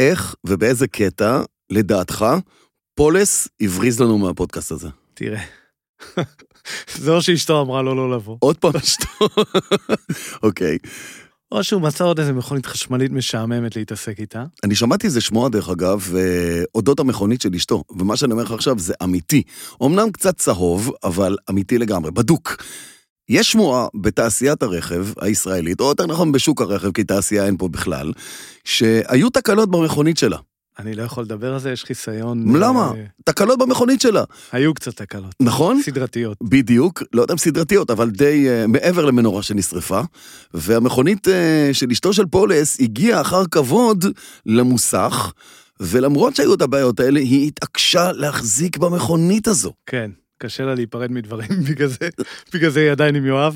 איך ובאיזה קטע, לדעתך, פולס הבריז לנו מהפודקאסט הזה? תראה. זה או שאשתו אמרה לו לא לבוא. עוד פעם אשתו. אוקיי. או שהוא מצא עוד איזה מכונית חשמלית משעממת להתעסק איתה. אני שמעתי איזה שמועה דרך אגב, אודות המכונית של אשתו, ומה שאני אומר לך עכשיו זה אמיתי. אמנם קצת צהוב, אבל אמיתי לגמרי, בדוק. יש שמועה בתעשיית הרכב הישראלית, או יותר נכון בשוק הרכב, כי תעשייה אין פה בכלל, שהיו תקלות במכונית שלה. אני לא יכול לדבר על זה, יש חיסיון. למה? תקלות במכונית שלה. היו קצת תקלות. נכון? סדרתיות. בדיוק, לא יודעים סדרתיות, אבל די מעבר למנורה שנשרפה, והמכונית של אשתו של פולס הגיעה אחר כבוד למוסך, ולמרות שהיו את הבעיות האלה, היא התעקשה להחזיק במכונית הזו. כן. קשה לה להיפרד מדברים, בגלל זה היא עדיין עם יואב.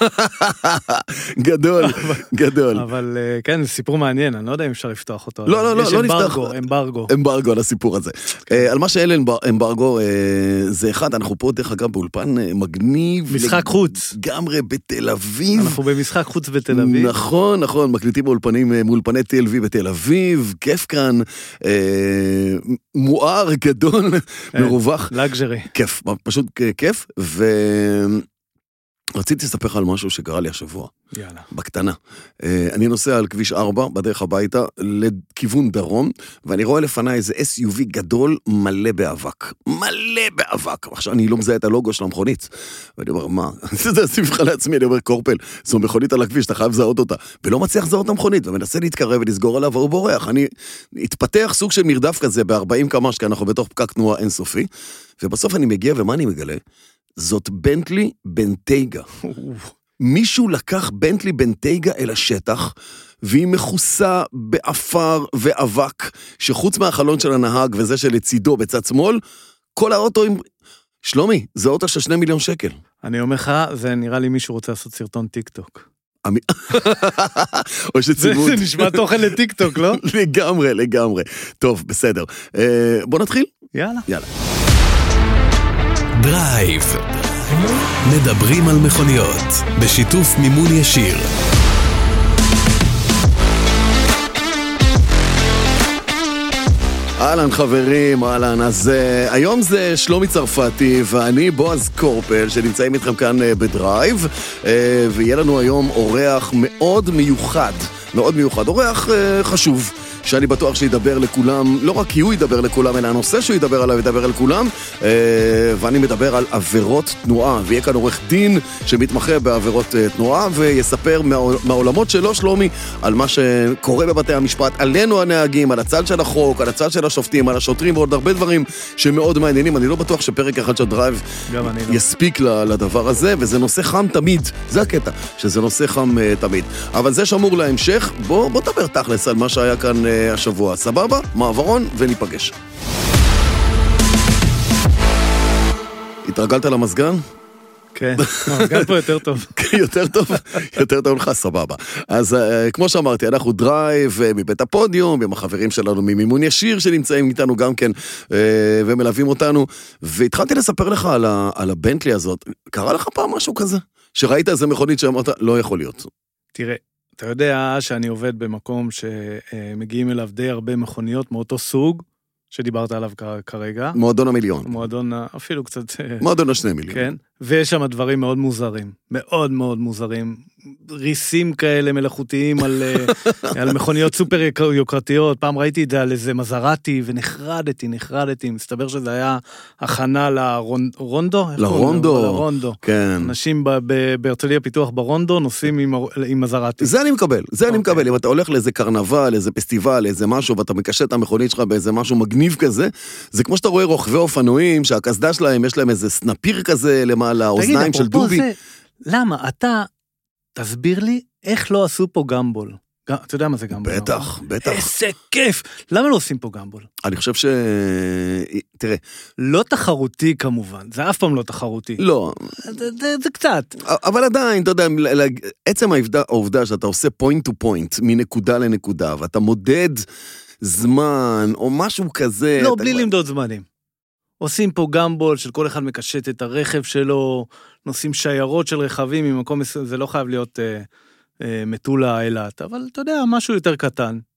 גדול, גדול. אבל כן, זה סיפור מעניין, אני לא יודע אם אפשר לפתוח אותו. לא, יש אמברגו. אמברגו על הסיפור הזה. על מה שאלה אמברגו, זה אחד, אנחנו פה דרך אגב באולפן מגניב. משחק חוץ. גמרי בתל אביב. אנחנו במשחק חוץ בתל אביב. נכון, מקליטים מאולפני TLV בתל אביב, כיף כאן, מואר, גדול, מרווח. לגז'רי. כיף, פשוט כיף, ורציתי לספר לך על משהו שקרה לי השבוע. יאללה. בקטנה. אני נוסע על כביש 4, בדרך הביתה, לכיוון דרום, ואני רואה לפניי איזה SUV גדול מלא באבק. מלא באבק. עכשיו, אני לא מזהה את הלוגו של המכונית. ואני אומר, מה? זה עשיתי לך לעצמי, אני אומר, קורפל, זו מכונית על הכביש, אתה חייב לזהות אותה. ולא מצליח לזהות את המכונית, ומנסה להתקרב ולסגור עליו, והוא בורח. אני התפתח סוג של מרדף כזה, ב-40 קמ"ש, כי אנחנו בתוך פקק תנועה אינסופי, ובסוף אני מגיע, ומה אני מגלה? זאת בנטלי בנטייגה. מישהו לקח בנטלי בנטייגה אל השטח, והיא מכוסה באפר ואבק, שחוץ מהחלון של הנהג וזה שלצידו בצד שמאל, כל האוטו עם... שלומי, זה אוטו של 2 מיליון שקל. אני אומר לך, זה נראה לי מישהו רוצה לעשות סרטון טיק טוק. או שצימוד. זה נשמע תוכן לטיק טוק, לא? לגמרי. טוב, בסדר. בוא נתחיל? יאללה. דרייב. מדברים על מכוניות, בשיתוף מימון ישיר. אהלן חברים, אהלן. אז היום זה שלומי צרפתי ואני בועז קורפל שנמצאים איתכם כאן בדרייב, ויהיה לנו היום אורח מאוד מיוחד, אורח חשוב. שאני בטוח שידבר לכולם, לא רק כי הוא ידבר לכולם, אלא הנושא שהוא ידבר עליו ידבר על כולם, ואני מדבר על עבירות תנועה, ויהיה כאן עורך דין שמתמחה בעבירות תנועה, ויספר מהעולמות שלו, שלומי, על מה שקורה בבתי המשפט, עלינו הנהגים, על הצד של החוק, על הצד של השופטים, על השוטרים, ועוד הרבה דברים שמאוד מעניינים. אני לא בטוח שפרק אחד של דרייב יספיק לדבר הזה, וזה נושא חם תמיד, זה הקטע, שזה נושא חם תמיד. אבל זה שמור להמשך, בוא תדבר תכלס על מה שהיה כאן השבוע, סבבה? מעברון וניפגש. התרגלת למזגן? כן, המזגן פה יותר טוב. יותר טוב לך, סבבה. אז כמו שאמרתי, אנחנו דרייב מבית הפודיום, עם החברים שלנו ממימון ישיר שנמצאים איתנו גם כן, ומלווים אותנו, והתחלתי לספר לך על הבנטלי הזאת. קרה לך פעם משהו כזה? שראית איזה מכונית שאמרת, לא יכול להיות. תראה, אתה יודע שאני עובד במקום שמגיעים אליו די הרבה מכוניות מאותו סוג, שדיברת עליו כרגע. מועדון המיליון. מועדון אפילו קצת... מועדון 2 מיליון. כן, ויש שם דברים מאוד מוזרים, מאוד מאוד מוזרים, ריסים כאלה מלאכותיים על מכוניות סופר יוקרתיות. פעם ראיתי את זה על איזה מזרתי, ונחרדתי, מסתבר שזה היה הכנה לרונדו? לרונדו. כן. אנשים בהרצליה פיתוח ברונדו נוסעים עם מזרתי. זה אני מקבל, אם אתה הולך לאיזה קרנבל, איזה פסטיבל, איזה משהו, ואתה מקשט את המכונית שלך באיזה משהו מגניב כזה, זה כמו שאתה רואה רוכבי אופנועים, שהקסדה שלהם יש להם איזה סנפיר כזה למעלה, האוזניים של דובי. למה? אתה תסביר לי איך לא עשו פה גמבול. אתה יודע מה זה גמבול? בטח. איזה כיף. למה לא עושים פה גמבול? אני חושב תראה. לא תחרותי כמובן, זה אף פעם לא תחרותי. לא. זה קצת. אבל עדיין, אתה יודע, עצם העובדה שאתה עושה point to point, מנקודה לנקודה, ואתה מודד זמן, או משהו כזה. לא, בלי למדוד זמנים. עושים פה גמבול של כל אחד מקשט את הרכב שלו, נוסעים שיירות של רכבים ממקום מסוים, זה לא חייב להיות מטולה אילת, אבל אתה יודע, משהו יותר קטן.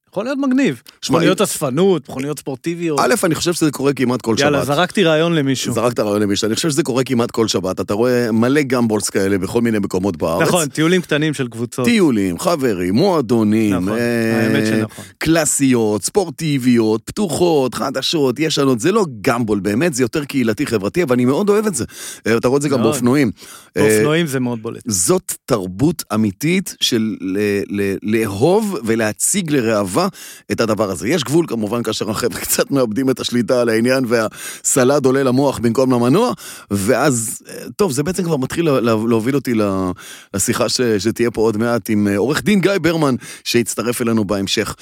יכול להיות מגניב. מכוניות אספנות, מכוניות ספורטיביות. א', אני חושב שזה קורה כמעט כל שבת. יאללה, זרקתי רעיון למישהו. זרקת רעיון למישהו. אני חושב שזה קורה כמעט כל שבת. אתה רואה מלא גמבולס כאלה בכל מיני מקומות בארץ. נכון, טיולים קטנים של קבוצות. טיולים, חברים, מועדונים, נכון, האמת שנכון. קלאסיות, ספורטיביות, פתוחות, חדשות, ישנות. זה לא גמבול, באמת, זה יותר קהילתי חברתי, אבל אני מאוד אוהב את זה. אתה רואה את זה גם באופנועים. באופנועים זה מאוד בולט. זאת תרבות אמיתית של לאהוב ולהציג לרעבה את הדבר הזה. יש גבול כמובן כאשר החבר'ה קצת מאבדים את השליטה על העניין והסלד עולה למוח במקום למנוע, ואז, טוב, זה בעצם כבר מתחיל להוביל אותי לשיחה שתהיה פה עוד מעט עם עורך דין גיא ברמן שהצטרף אלינו בהמשך.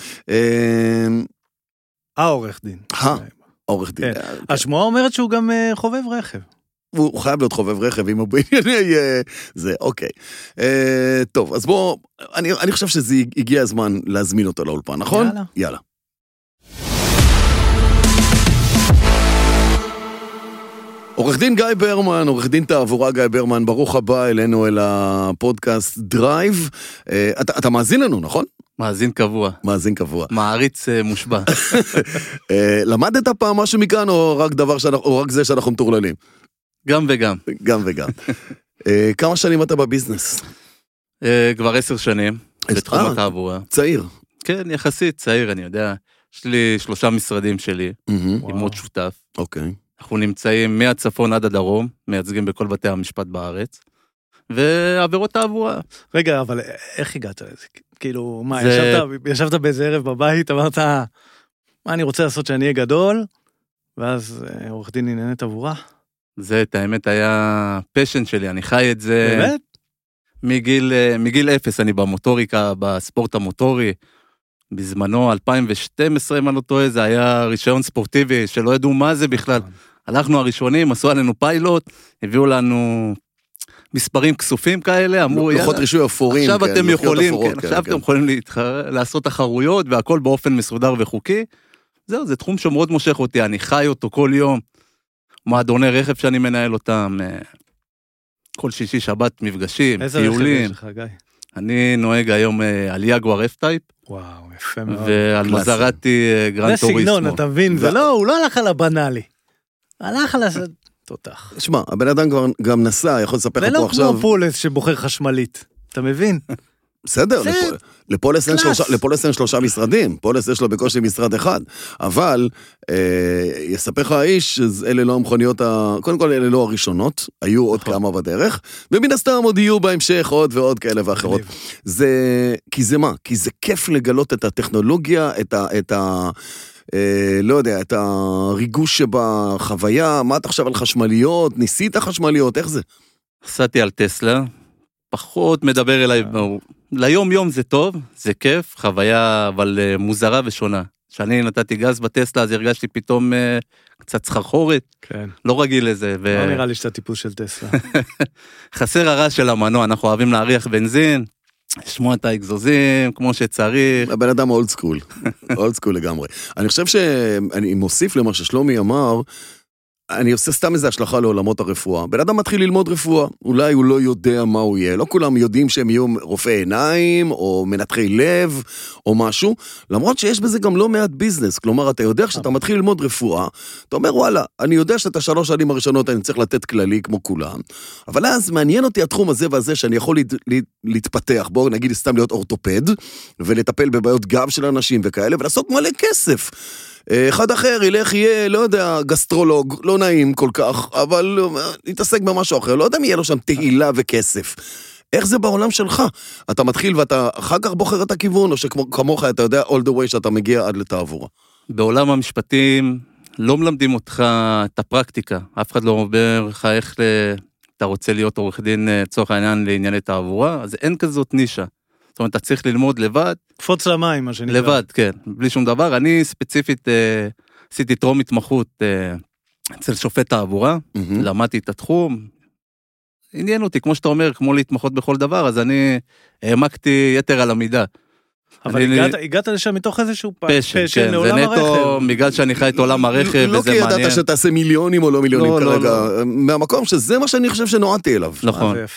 העורך דין. העורך דין. השמועה אומרת שהוא גם חובב רכב. הוא חייב להיות חובב רכב, אם הוא בענייני זה, אוקיי. טוב, אז בוא, אני חושב שזה הגיע הזמן להזמין אותו לאולפן, נכון? יאללה. יאללה. עורך דין גיא ברמן, עורך דין תעבורה גיא ברמן, ברוך הבא אלינו אל הפודקאסט דרייב. אתה מאזין לנו, נכון? מאזין קבוע. מאזין קבוע. מעריץ מושבע. למדת פעם משהו מכאן, או רק זה שאנחנו מטורללים? גם וגם. גם וגם. כמה שנים אתה בביזנס? כבר 10 שנים, בתחום התעבורה. צעיר. כן, יחסית צעיר, אני יודע. יש לי 3 משרדים שלי, עם עוד שותף. אוקיי. אנחנו נמצאים מהצפון עד הדרום, מייצגים בכל בתי המשפט בארץ, ועבירות תעבורה. רגע, אבל איך הגעת לזה? כאילו, מה, ישבת באיזה ערב בבית, אמרת, מה אני רוצה לעשות שאני אהיה גדול, ואז עורך דין ענייני תעבורה? זה, את האמת, היה פשן שלי, אני חי את זה. באמת? מגיל 0, אני במוטוריקה, בספורט המוטורי, בזמנו, 2012, אם אני לא טועה, זה היה רישיון ספורטיבי, שלא ידעו מה זה בכלל. הלכנו הראשונים, עשו עלינו פיילוט, הביאו לנו מספרים כסופים כאלה, אמרו, לוחות רישוי אפורים, עכשיו אתם יכולים, עכשיו אתם יכולים לעשות תחרויות, והכל באופן מסודר וחוקי. זהו, זה תחום שמאוד מושך אותי, אני חי אותו כל יום, מועדוני רכב שאני מנהל אותם, כל שישי שבת מפגשים, טיולים. איזה רכב יש לך, גיא? אני נוהג היום על יגואר F-טייפ. וואו, יפה מאוד. ועל מזרטי גרנד טוריסמו. זה סגנון, אתה מבין, זה לא, הוא לא הלך על הבנאלי. הלך על תותח. שמע, הבן אדם גם נסע, יכול לספר לך פה עכשיו. ולא כמו פולס שבוחר חשמלית, אתה מבין? בסדר, לפולס אין 3 משרדים, פולס יש לו בקושי משרד אחד, אבל יספר לך האיש, אלה לא המכוניות, קודם כל אלה לא הראשונות, היו עוד כמה בדרך, ומן הסתם עוד יהיו בהמשך עוד ועוד כאלה ואחרות. כי זה מה? כי זה כיף לגלות את הטכנולוגיה, לא יודע, את הריגוש שבחוויה, מה אתה חושב על חשמליות, ניסית חשמליות, איך זה? נסעתי על טסלה, פחות מדבר אליי, ליום יום זה טוב, זה כיף, חוויה אבל מוזרה ושונה. כשאני נתתי גז בטסלה, אז הרגשתי פתאום קצת סחרחורת, כן. לא רגיל לזה. לא נראה לי שאתה טיפוס של טסלה. חסר הרעש של המנוע, אנחנו אוהבים להריח בנזין, לשמוע את האגזוזים כמו שצריך. הבן אדם אולד סקול, אולד סקול לגמרי. אני חושב שאני מוסיף למה ששלומי אמר, אני עושה סתם איזה השלכה לעולמות הרפואה. בן אדם מתחיל ללמוד רפואה, אולי הוא לא יודע מה הוא יהיה. לא כולם יודעים שהם יהיו רופאי עיניים, או מנתחי לב, או משהו, למרות שיש בזה גם לא מעט ביזנס. כלומר, אתה יודע שאתה מתחיל ללמוד רפואה, אתה אומר, וואלה, אני יודע שאת 3 שנים הראשונות אני צריך לתת כללי כמו כולם, אבל אז מעניין אותי התחום הזה והזה, שאני יכול להתפתח, בואו נגיד סתם להיות אורתופד, ולטפל בבעיות גב של אנשים וכאלה, ולעשות מלא כסף. אחד אחר ילך יהיה, לא יודע, גסטרולוג, לא נעים כל כך, אבל נתעסק במשהו אחר, לא יודע מי יהיה לו שם תהילה וכסף. איך זה בעולם שלך? אתה מתחיל ואתה אחר כך בוחר את הכיוון, או שכמוך אתה יודע all the way שאתה מגיע עד לתעבורה? בעולם המשפטים לא מלמדים אותך את הפרקטיקה, אף אחד לא אומר לך איך אתה רוצה להיות עורך דין צורך העניין לענייני תעבורה, אז אין כזאת נישה. זאת אומרת, אתה צריך ללמוד לבד. קפוץ למים, מה שנקרא. לבד, כן, בלי שום דבר. אני ספציפית עשיתי טרום התמחות אצל שופט תעבורה, למדתי את התחום, עניין אותי, כמו שאתה אומר, כמו להתמחות בכל דבר, אז אני העמקתי יתר על המידה. אבל הגעת לשם מתוך איזשהו פשן לעולם הרכב. זה נטו, בגלל שאני חי את עולם הרכב, וזה מעניין. לא כי ידעת שתעשה מיליונים או לא מיליונים כרגע, מהמקום שזה מה שאני חושב שנועדתי אליו. נכון. זה יפה.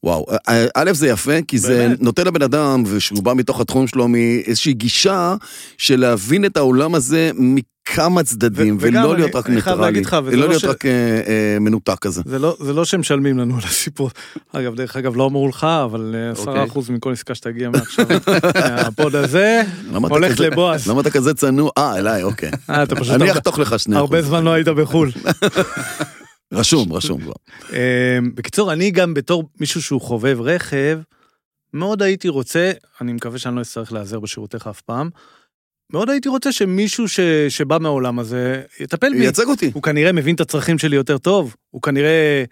וואו, א' זה יפה, כי זה נותן לבן אדם, ושהוא בא מתוך התחום שלו, מאיזושהי גישה של להבין את העולם הזה מכמה צדדים, ולא להיות רק ניטרלי, ולא להיות רק מנותק כזה. זה לא שמשלמים לנו על הסיפור. אגב, דרך אגב, לא אמרו לך, אבל 10% מכל עסקה שתגיע מעכשיו. הפוד הזה הולך לבועז. למה אתה כזה צנוע? אליי, אוקיי. אני אחתוך לך 2%. הרבה זמן לא היית בחול. רשום. בקיצור, אני גם בתור מישהו שהוא חובב רכב, מאוד הייתי רוצה, אני מקווה שאני לא אצטרך להיעזר בשירותיך אף פעם, מאוד הייתי רוצה שמישהו שבא מהעולם הזה יטפל בי. ייצג אותי. הוא כנראה מבין את הצרכים שלי יותר טוב, הוא כנראה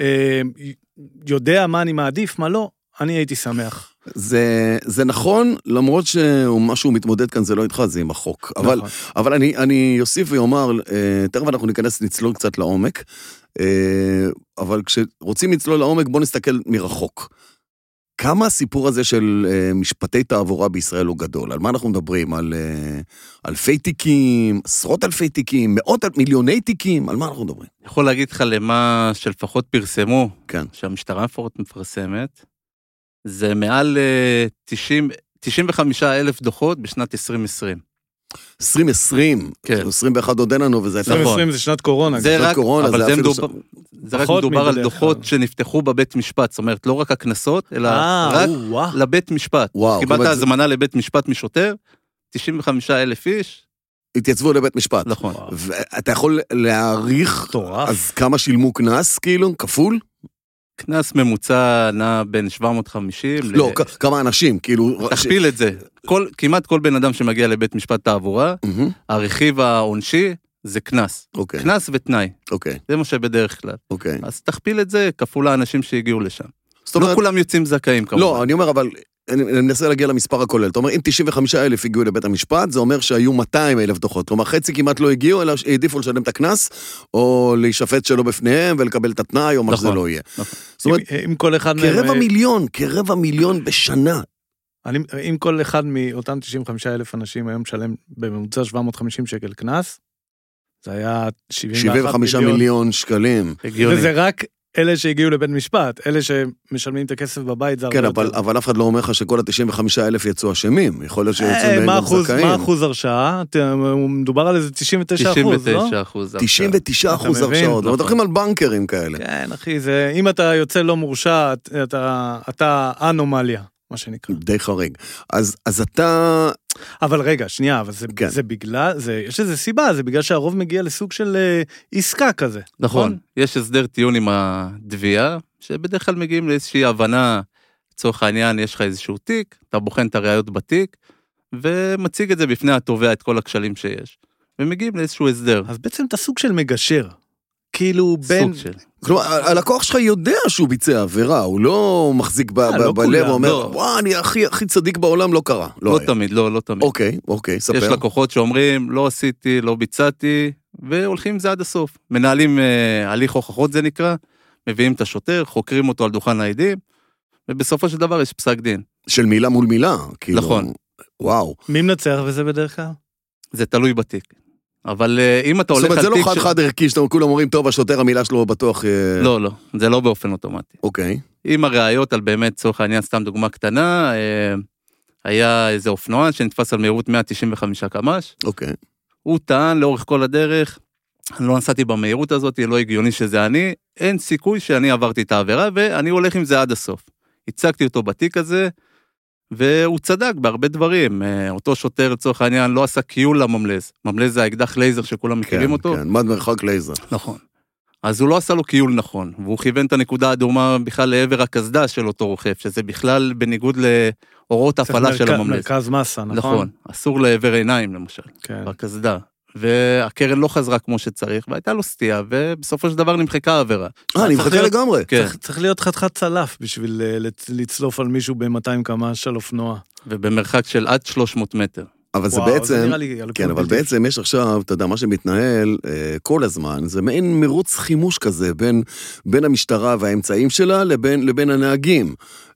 יודע מה אני מעדיף, מה לא, אני הייתי שמח. זה נכון, למרות שמה שהוא מתמודד כאן זה לא איתך, זה עם החוק. אבל אני יוסיף ויאמר, תכף אנחנו נצלול קצת לעומק, אבל כשרוצים לצלול לעומק, בוא נסתכל מרחוק. כמה הסיפור הזה של משפטי תעבורה בישראל הוא גדול? על מה אנחנו מדברים? על אלפי תיקים, עשרות אלפי תיקים, מיליוני תיקים? על מה אנחנו מדברים? יכול להגיד לך למה שלפחות פרסמו, כן. שהמשטרה מפרסמת, זה מעל 95,000 דוחות בשנת 2020. 2020, כן. 21 עוד אין לנו, וזה 2020 זה שנת קורונה. זה רק מדובר על דוחות שנפתחו בבית משפט, זאת אומרת, לא רק הכנסות, אלא רק לבית משפט. קיבלת הזמנה לבית משפט משוטר, 95,000 איש. התייצבו לבית משפט. נכון. ואתה יכול להעריך, אז כמה שילמו כנס, כאילו, כפול? כנס ממוצע נע בין 750 לא, כמה אנשים, כאילו... תכפיל את זה. כמעט כל בן אדם שמגיע לבית משפט תעבורה, הרכיב העונשי זה כנס. כנס ותנאי. זה מה שבדרך כלל. אז תכפיל את זה, כפול האנשים שהגיעו לשם. לא כולם יוצאים זכאים כמובן. לא, אני אומר, אבל אני מנסה להגיע למספר הכולל. אתה אומר, אם 95,000 הגיעו לבית המשפט, זה אומר שהיו 200,000 דוחות. כלומר, חצי כמעט לא הגיעו, אלא העדיפו לשלם את הכנס, או להישפט שלו בפניהם, ולקבל את התנאי, או מה שזה לא יהיה. זאת אומרת, אם כל אחד כרבע מיליון בשנה. אם כל אחד מאותם 95,000 אנשים היום משלם בממוצע 750 שקל כנס, זה היה 75 מיליון שקלים. וזה רק אלה שהגיעו לבית משפט, אלה שמשלמים את הכסף בבית, זה כן, אבל אף אחד לא אומר לך שכל ה-95,000 יצאו אשמים. יכול להיות שיצאו מהם גם זכאים. מה אחוז הרשעה? מדובר על איזה 99%, לא? 99% הרשעות. אנחנו מדברים על בנקרים כאלה. כן, אחי, אם אתה יוצא לא מורשע, אתה אנומליה, מה שנקרא. די חריג. אז אתה... אבל רגע, שנייה, אבל זה בגלל, יש איזו סיבה, זה בגלל שהרוב מגיע לסוג של עסקה כזה. נכון, יש הסדר טיעון עם הדביעה, שבדרך כלל מגיעים לאיזושהי הבנה, לצורך העניין יש לך איזשהו תיק, אתה בוחן את הראיות בתיק, ומציג את זה בפני התובע את כל הכשלים שיש, ומגיעים לאיזשהו הסדר. אז בעצם אתה סוג של מגשר, כאילו בין... סוג של... כלומר, הלקוח שלך יודע שהוא ביצע עבירה, הוא לא מחזיק בלב ואומר, וואו, אני הכי צדיק בעולם, לא קרה. לא תמיד, לא תמיד. אוקיי, ספר. יש לקוחות שאומרים, לא עשיתי, לא ביצעתי, והולכים עם זה עד הסוף. מנהלים הליך הוכחות זה נקרא, מביאים את השוטר, חוקרים אותו על דוכן העדים, ובסופו של דבר יש פסק דין. של מילה מול מילה, כאילו. נכון. וואו. מי מנצח וזה בדרך כלל? זה תלוי בתיק. אבל אם אתה הולך על תיק... זאת אומרת, זה לא חד ערכי, שאתם כולם אומרים, טוב, השוטר, המילה שלו בטוח... לא, זה לא באופן אוטומטי. אוקיי. אם הראיות על באמת, צורך העניין, סתם דוגמה קטנה, היה איזה אופנוען שנתפס על מהירות 195 קמ"ש. אוקיי. הוא טען לאורך כל הדרך, אני לא נסעתי במהירות הזאת, לא הגיוני שזה אני, אין סיכוי שאני עברתי את העבירה, ואני הולך עם זה עד הסוף. הצגתי אותו בתיק הזה, והוא צדק בהרבה דברים. אותו שוטר לצורך העניין לא עשה קיול לממלז. ממלז זה האקדח לייזר שכולם מכירים אותו. כן, מד מרחק לייזר. נכון. אז הוא לא עשה לו קיול נכון, והוא כיוון את הנקודה האדומה בכלל לעבר הקסדה של אותו רוכב, שזה בכלל בניגוד להוראות הפעלה של הממלז. מרכז מסה, נכון? נכון. אסור לעבר עיניים למשל, בקסדה. והקרן לא חזרה כמו שצריך, והייתה לו סטייה, ובסופו של דבר נמחקה העבירה. נמחקה לגמרי. צריך להיות חתיכת צלף בשביל לצלוף על מישהו ב-200 קמ"ש על אופנוע. ובמרחק של עד 300 מטר. אבל זה בעצם, כן, אבל בעצם יש עכשיו, אתה יודע, מה שמתנהל כל הזמן, זה מעין מרוץ חימוש כזה, בין המשטרה והאמצעים שלה לבין הנהגים.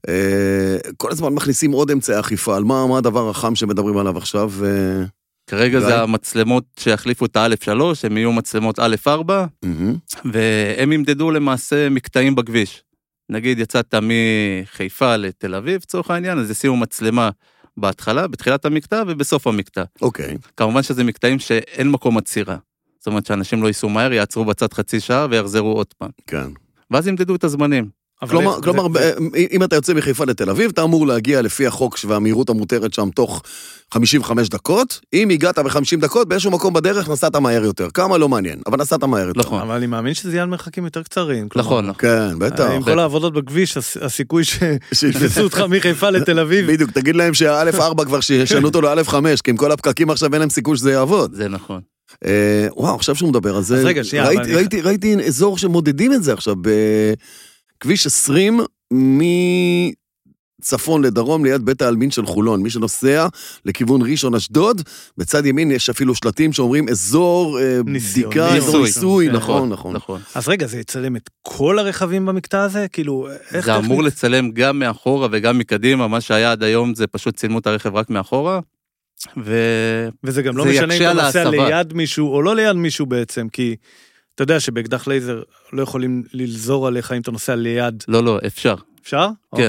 כל הזמן מכניסים עוד אמצעי אכיפה, על מה הדבר החם שמדברים עליו עכשיו? כרגע זה המצלמות שיחליפו את ה-א3, הם יהיו מצלמות א4, והם ימדדו למעשה מקטעים בכביש. נגיד יצאת מחיפה לתל אביב, צורך העניין, אז ישימו מצלמה בהתחלה, בתחילת המקטע ובסוף המקטע. אוקיי. כמובן שזה מקטעים שאין מקום עצירה. זאת אומרת שאנשים לא ייסעו מהר, יעצרו בצד חצי שעה ויחזרו עוד פעם. כן. ואז ימדדו את הזמנים. כלומר, אם אתה יוצא מחיפה לתל אביב, אתה אמור להגיע לפי החוק והמהירות המותרת שם תוך 55 דקות. אם הגעת ב-50 דקות, באיזשהו מקום בדרך נסעת מהר יותר. כמה לא מעניין, אבל נסעת מהר יותר. אבל אני מאמין שזה יהיה על מרחקים יותר קצרים. נכון. כן, בטח. עם כל העבודות בכביש, הסיכוי שיתפסו אותך מחיפה לתל אביב. בדיוק, תגיד להם שה-א4 כבר שישנו אותו ל-א5, כי עם כל הפקקים עכשיו אין להם סיכוי שזה יעבוד. זה נכון. וואו, עכשיו שהוא מדבר על זה. אז רגע, שנייה. ראיתי אזור שמודדים את זה עכשיו, בכביש 20 מצפון לדרום ליד בית העלמין של חולון. מי שנוסע לכיוון ראשון אשדוד, בצד ימין יש אפילו שלטים שאומרים אזור בדיקה, אזור ניסוי, נכון. אז רגע, זה יצלם את כל הרכבים במקטע הזה? כאילו, איך זה אמור לצלם גם מאחורה וגם מקדימה, מה שהיה עד היום זה פשוט צילמו את הרכב רק מאחורה, וזה גם לא משנה אם אתה נוסע ליד מישהו או לא ליד מישהו בעצם, כי אתה יודע שבאקדח לייזר לא יכולים ללזור עליך אם אתה נוסע ליד. לא, אפשר. אפשר? כן.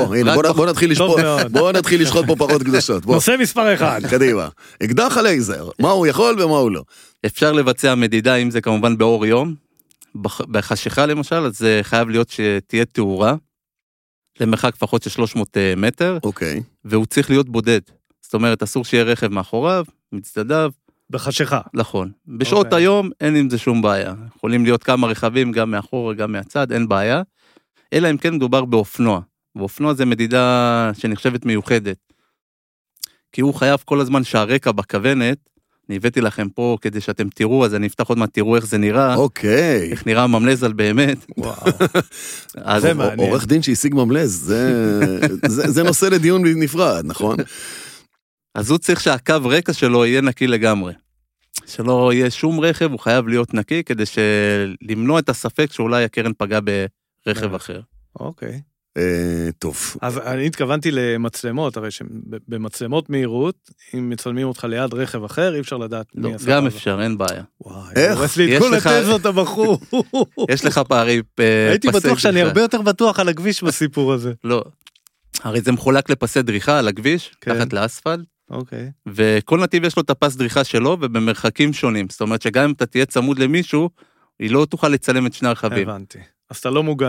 בוא נתחיל לשחוט פה פרות קדושות. נושא מספר 1. קדימה. אקדח הלייזר, מה הוא יכול ומה הוא לא. אפשר לבצע מדידה, אם זה כמובן באור יום, בחשיכה למשל, אז זה חייב להיות שתהיה תאורה, למרחק פחות של 300 מטר, אוקיי. והוא צריך להיות בודד. זאת אומרת, אסור שיהיה רכב מאחוריו, מצדדיו. בחשיכה. נכון. בשעות היום אין עם זה שום בעיה. יכולים להיות כמה רכבים, גם מאחור, גם מהצד, אין בעיה. אלא אם כן מדובר באופנוע. ואופנוע זה מדידה שנחשבת מיוחדת. כי הוא חייב כל הזמן שהרקע בכוונת, אני הבאתי לכם פה כדי שאתם תראו, אז אני אפתח עוד מעט, תראו איך זה נראה. אוקיי. איך נראה ממלז על באמת. וואו. זה מעניין. עורך דין שהשיג ממלז, זה נושא לדיון נפרד, נכון? אז הוא צריך שהקו רקע שלו יהיה נקי לגמרי. שלא יהיה שום רכב, הוא חייב להיות נקי, כדי למנוע את הספק שאולי הקרן פגע ברכב אחר. אוקיי. טוב. אז אני התכוונתי למצלמות, הרי שבמצלמות מהירות, אם מצלמים אותך ליד רכב אחר, אי אפשר לדעת מי עשה. גם אפשר, אין בעיה. וואי, איך? הורס לי את כל התזות הבחור. יש לך פערי פסי. הייתי בטוח שאני הרבה יותר בטוח על הכביש בסיפור הזה. לא. הרי זה מחולק לפסי דריכה על הכביש, תחת לאספלט. אוקיי. וכל נתיב יש לו את הפס דריכה שלו, ובמרחקים שונים. זאת אומרת שגם אם אתה תהיה צמוד למישהו, היא לא תוכל לצלם את שני הרכבים. הבנתי. אז אתה לא מוגן.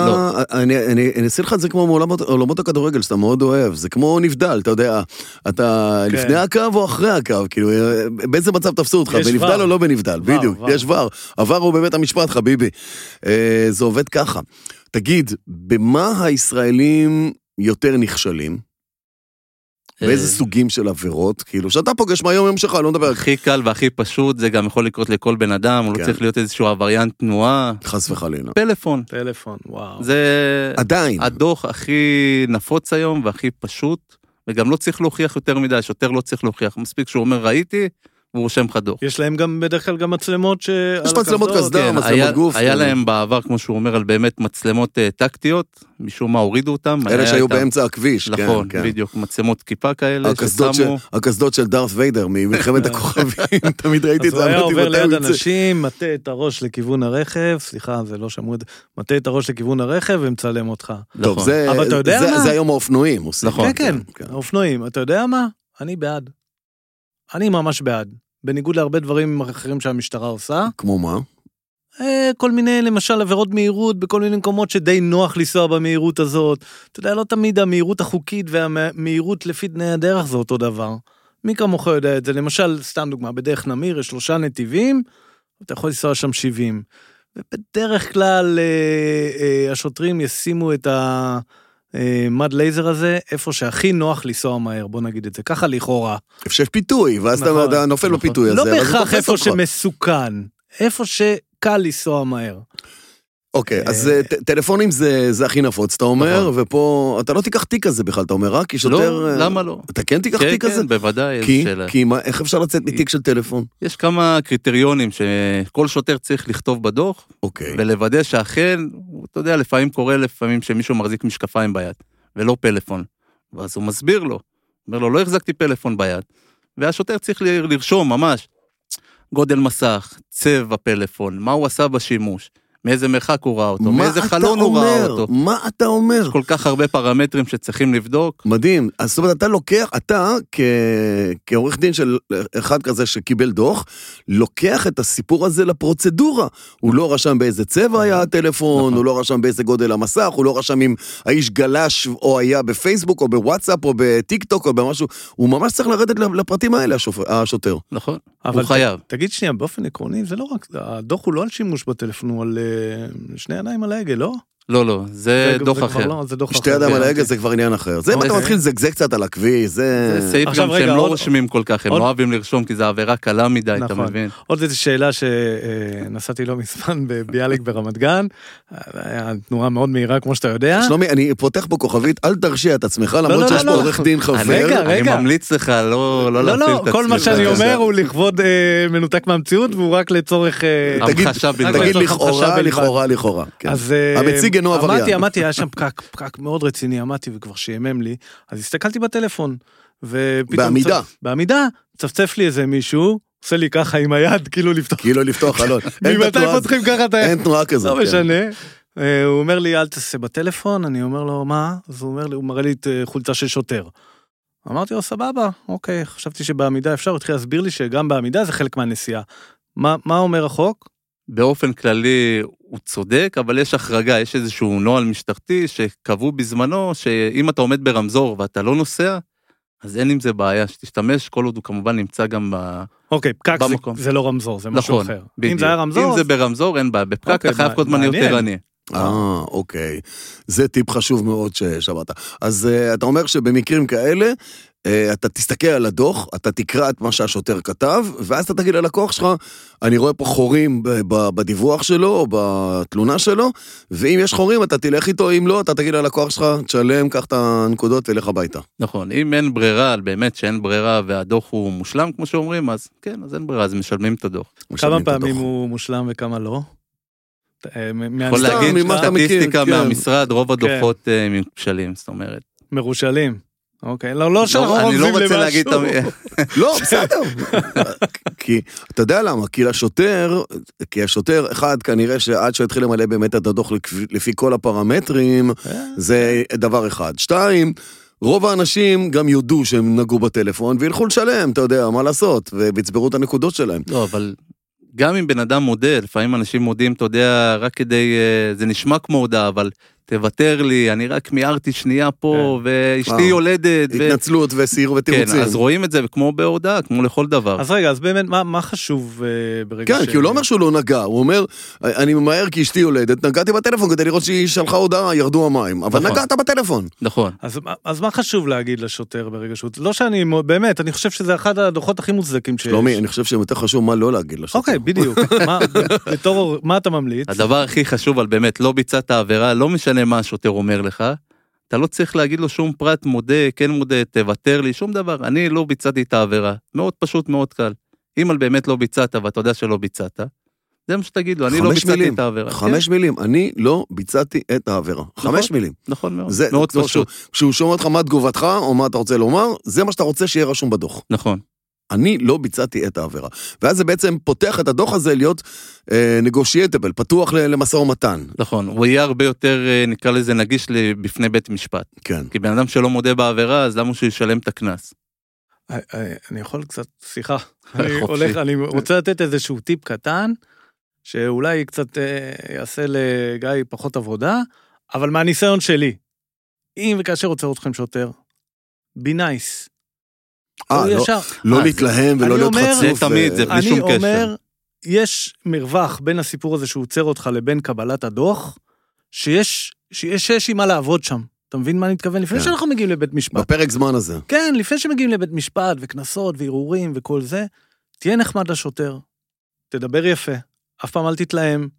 אני אעשה לך את זה כמו מעולמות הכדורגל, שאתה מאוד אוהב. זה כמו נבדל, אתה יודע, אתה לפני הקו או אחרי הקו, כאילו, באיזה מצב תפסו אותך, בנבדל או לא בנבדל, בדיוק, יש ור. עבר הוא בבית המשפט, חביבי. זה עובד ככה. תגיד, במה הישראלים יותר נכשלים? באיזה סוגים של עבירות, כאילו, שאתה פוגש מהיום יום שלך, לא מדבר. הכי קל והכי פשוט, זה גם יכול לקרות לכל בן אדם, הוא לא צריך להיות איזשהו עבריין תנועה. חס וחלילה. פלאפון, וואו. זה עדיין. הדוח הכי נפוץ היום והכי פשוט, וגם לא צריך להוכיח יותר מדי, שוטר לא צריך להוכיח, מספיק שהוא אומר ראיתי, והוא רושם לך דוח. יש להם גם בדרך כלל גם מצלמות יש מצלמות קסדה, מצלמות גוף. היה להם בעבר, כמו שהוא אומר, על באמת מצלמות טקטיות, משום מה הורידו אותם. אלה שהיו באמצע הכביש. נכון, בדיוק, מצלמות כיפה כאלה ששמו. הקסדות של דארת ויידר ממלחמת הכוכבים, תמיד ראיתי את זה. אז הוא היה עובר ליד אנשים, מטה את הראש לכיוון הרכב, סליחה, זה לא שמעו את זה, מטה את הראש לכיוון הרכב ומצלם אותך. טוב, זה היום האופנועים. כן, כן, האופנועים. אתה יודע מה? אני בעד. אני ממש בעד. בניגוד להרבה דברים אחרים שהמשטרה עושה. כמו מה? כל מיני, למשל, עבירות מהירות, בכל מיני מקומות שדי נוח לנסוע במהירות הזאת. אתה יודע, לא תמיד המהירות החוקית והמהירות לפי תנאי הדרך זה אותו דבר. מי כמוך יודע את זה? למשל, סתם דוגמה, בדרך נמיר יש 3 נתיבים, אתה יכול לנסוע שם 70. ובדרך כלל השוטרים ישימו את מד לייזר הזה, איפה שהכי נוח לנסוע מהר, בוא נגיד את זה, ככה לכאורה. איפה שיש פיתוי, ואז אתה נופל בפיתוי הזה. לא בהכרח איפה שמסוכן, איפה שקל לנסוע מהר. אוקיי, אז טלפונים זה הכי נפוץ, אתה אומר, ופה, אתה לא תיקח תיק כזה בכלל, אתה אומר, רק כי שוטר... לא, למה לא? אתה כן תיקח תיק כזה? כן, בוודאי, איזו שאלה. כי איך אפשר לצאת מתיק של טלפון? יש כמה קריטריונים שכל שוטר צריך לכתוב בדוח, ולוודא שאכן, אתה יודע, לפעמים קורה לפעמים שמישהו מחזיק משקפיים ביד, ולא פלאפון. ואז הוא מסביר לו, אומר לו, לא החזקתי פלאפון ביד, והשוטר צריך לרשום ממש, גודל מסך, צבע פלאפון, מה הוא עשה בשימוש, מאיזה מרחק הוא ראה אותו, מאיזה חלון הוא ראה אותו. מה אתה אומר? יש כל כך הרבה פרמטרים שצריכים לבדוק. מדהים. אז זאת אומרת, אתה לוקח, אתה כעורך דין של אחד כזה שקיבל דוח, לוקח את הסיפור הזה לפרוצדורה. הוא לא רשם באיזה צבע היה הטלפון, הוא לא רשם באיזה גודל המסך, הוא לא רשם אם האיש גלש או היה בפייסבוק או בוואטסאפ או בטיק טוק או במשהו. הוא ממש צריך לרדת לפרטים האלה, השוטר. נכון, הוא חייב. תגיד שנייה, באופן עקרוני, זה לא רק, הדוח הוא לא על שימוש בטלפון, הוא על שני ידיים על ההגה, לא? לא, זה דוח אחר. שתי ידיים על ההגה זה כבר עניין אחר. זה אם אתה מתחיל לזגזג קצת על הכביש, זה סעיף גם שהם לא רושמים כל כך, הם לא אוהבים לרשום, כי זה עבירה קלה מדי, אתה מבין? עוד איזו שאלה שנסעתי לא מזמן בביאליק ברמת גן, היה תנועה מאוד מהירה, כמו שאתה יודע. שלומי, אני פותח פה כוכבית, אל תרשיע את עצמך, למרות שיש פה עורך דין חבר. אני ממליץ לך לא להפעיל את עצמך. כל מה שאני אומר הוא לכבוד מנותק מהמציאות, והוא רק לצורך... תגיד לכאורה. המציג אינו עבריין. אמרתי, היה שם פקק מאוד רציני, אמרתי וכבר שימם לי, אז הסתכלתי בטלפון, בעמידה, צפצף לי איזה מישהו, עושה לי ככה עם היד, כאילו לפתוח חלון. ממתי פותחים ככה את היד? אין תנועה כזאת. לא משנה. הוא אומר לי, אל תעשה בטלפון, אני אומר לו, מה? אז הוא מראה לי את חולצה של שוטר. אמרתי לו, סבבה, אוקיי, חשבתי שבעמידה אפשר, הוא התחיל להסביר לי שגם בעמידה זה חלק מהנסיעה. מה אומר החוק? באופן כללי הוא צודק, אבל יש החרגה, יש איזשהו נוהל משטרתי שקבעו בזמנו, שאם אתה עומד ברמזור ואתה לא נוסע, אז אין עם זה בעיה, שתשתמש, כל עוד הוא כמובן נמצא גם אוקיי, פקק זה לא רמזור, זה משהו אחר. אם זה היה רמזור... אם זה ברמזור, אין בעיה, בפקק אתה חייב כל זמן יותר עני. אוקיי. זה טיפ חשוב מאוד ששמעת. אז אתה אומר שבמקרים כאלה, אתה תסתכל על הדוח, אתה תקרא את מה שהשוטר כתב, ואז אתה תגיד ללקוח שלך, אני רואה פה חורים בדיווח שלו, או בתלונה שלו, ואם יש חורים, אתה תלך איתו, אם לא, אתה תגיד ללקוח שלך, תשלם, קח את הנקודות ולך הביתה. נכון, אם אין ברירה, באמת שאין ברירה, והדוח הוא מושלם, כמו שאומרים, אז כן, אז אין ברירה, אז משלמים את הדוח. כמה פעמים הוא מושלם וכמה לא? יכול להגיד סטטיסטיקה מהמשרד, רוב הדוחות משלים, זאת אומרת. מרושלים. אוקיי, לא שאנחנו רומזים למשהו. אני לא רוצה להגיד... לא, בסדר. כי, אתה יודע למה? כי השוטר, אחד, כנראה שעד שהתחיל למלא באמת את הדוח לפי כל הפרמטרים, זה דבר אחד. שתיים, רוב האנשים גם יודו שהם נגעו בטלפון, וילכו לשלם, אתה יודע, מה לעשות, והצברו את הנקודות שלהם. לא, אבל... גם אם בן אדם מודה, לפעמים אנשים מודים, אתה יודע, רק כדי, זה נשמע כמו הודעה, אבל תוותר לי, אני רק מיהרתי שנייה פה, ואשתי יולדת. התנצלות וסיר ותירוצים. כן, אז רואים את זה כמו בהודעה, כמו לכל דבר. אז רגע, אז באמת, מה חשוב ברגע כן, כי הוא לא אומר שהוא לא נגע, הוא אומר, אני ממהר כי אשתי יולדת, נגעתי בטלפון כדי לראות שהיא שלחה הודעה, ירדו המים, אבל נגעת בטלפון. נכון. אז מה חשוב להגיד לשוטר ברגע שהוא... לא שאני, באמת, אני חושב שזה אחד הדוחות הכי מוצדקים שיש. שלומי, אני חושב שיותר חשוב מה לא להגיד לשוטר. אוקיי, בדיוק. בתור, מה אתה ממליץ? הדבר הכי חשוב, על באמת, לא ביצעת העבירה, לא משנה מה השוטר אומר לך, אתה לא צריך להגיד לו שום פרט, מודה, כן מודה, תוותר לי, שום דבר. אני לא ביצעתי את העבירה. מאוד פשוט, מאוד קל. אם על באמת לא ביצעת, ואתה יודע שלא ביצעת, זה מה שתגיד לו, אני לא ביצעתי את העבירה. 5 מילים, אני לא ביצעתי את העבירה. 5 מילים. נכון מאוד, מאוד פשוט. כשהוא שומע אותך מה תגובתך, או מה אתה רוצה לומר, זה מה שאתה רוצה שיהיה רשום בדוח. נכון. אני לא ביצעתי את העבירה. ואז זה בעצם פותח את הדוח הזה להיות negotiable, פתוח למשא ומתן. נכון, הוא יהיה הרבה יותר, נקרא לזה, נגיש בפני בית משפט. כן. כי בן אדם שלא מודה בעבירה, אז למה שהוא ישלם את הכנס? אני יכול קצת, סליחה, אני רוצה לתת איזשהו טיפ קטן, שאולי קצת יעשה לגיא פחות עבודה, אבל מהניסיון שלי, אם וכאשר רוצה אתכם שוטר, be nice. לא להתלהם ולא להיות חצוף. זה תמיד, זה בלי שום קשר. אני אומר, יש מרווח בין הסיפור הזה שהוא עוצר אותך לבין קבלת הדוח, שיש עם מה לעבוד שם. אתה מבין מה אני מתכוון? לפני שאנחנו מגיעים לבית משפט. בפרק זמן הזה. כן, לפני שמגיעים לבית משפט וכנסות וערעורים וכל זה, תהיה נחמד לשוטר, תדבר יפה, אף פעם אל תתלהם,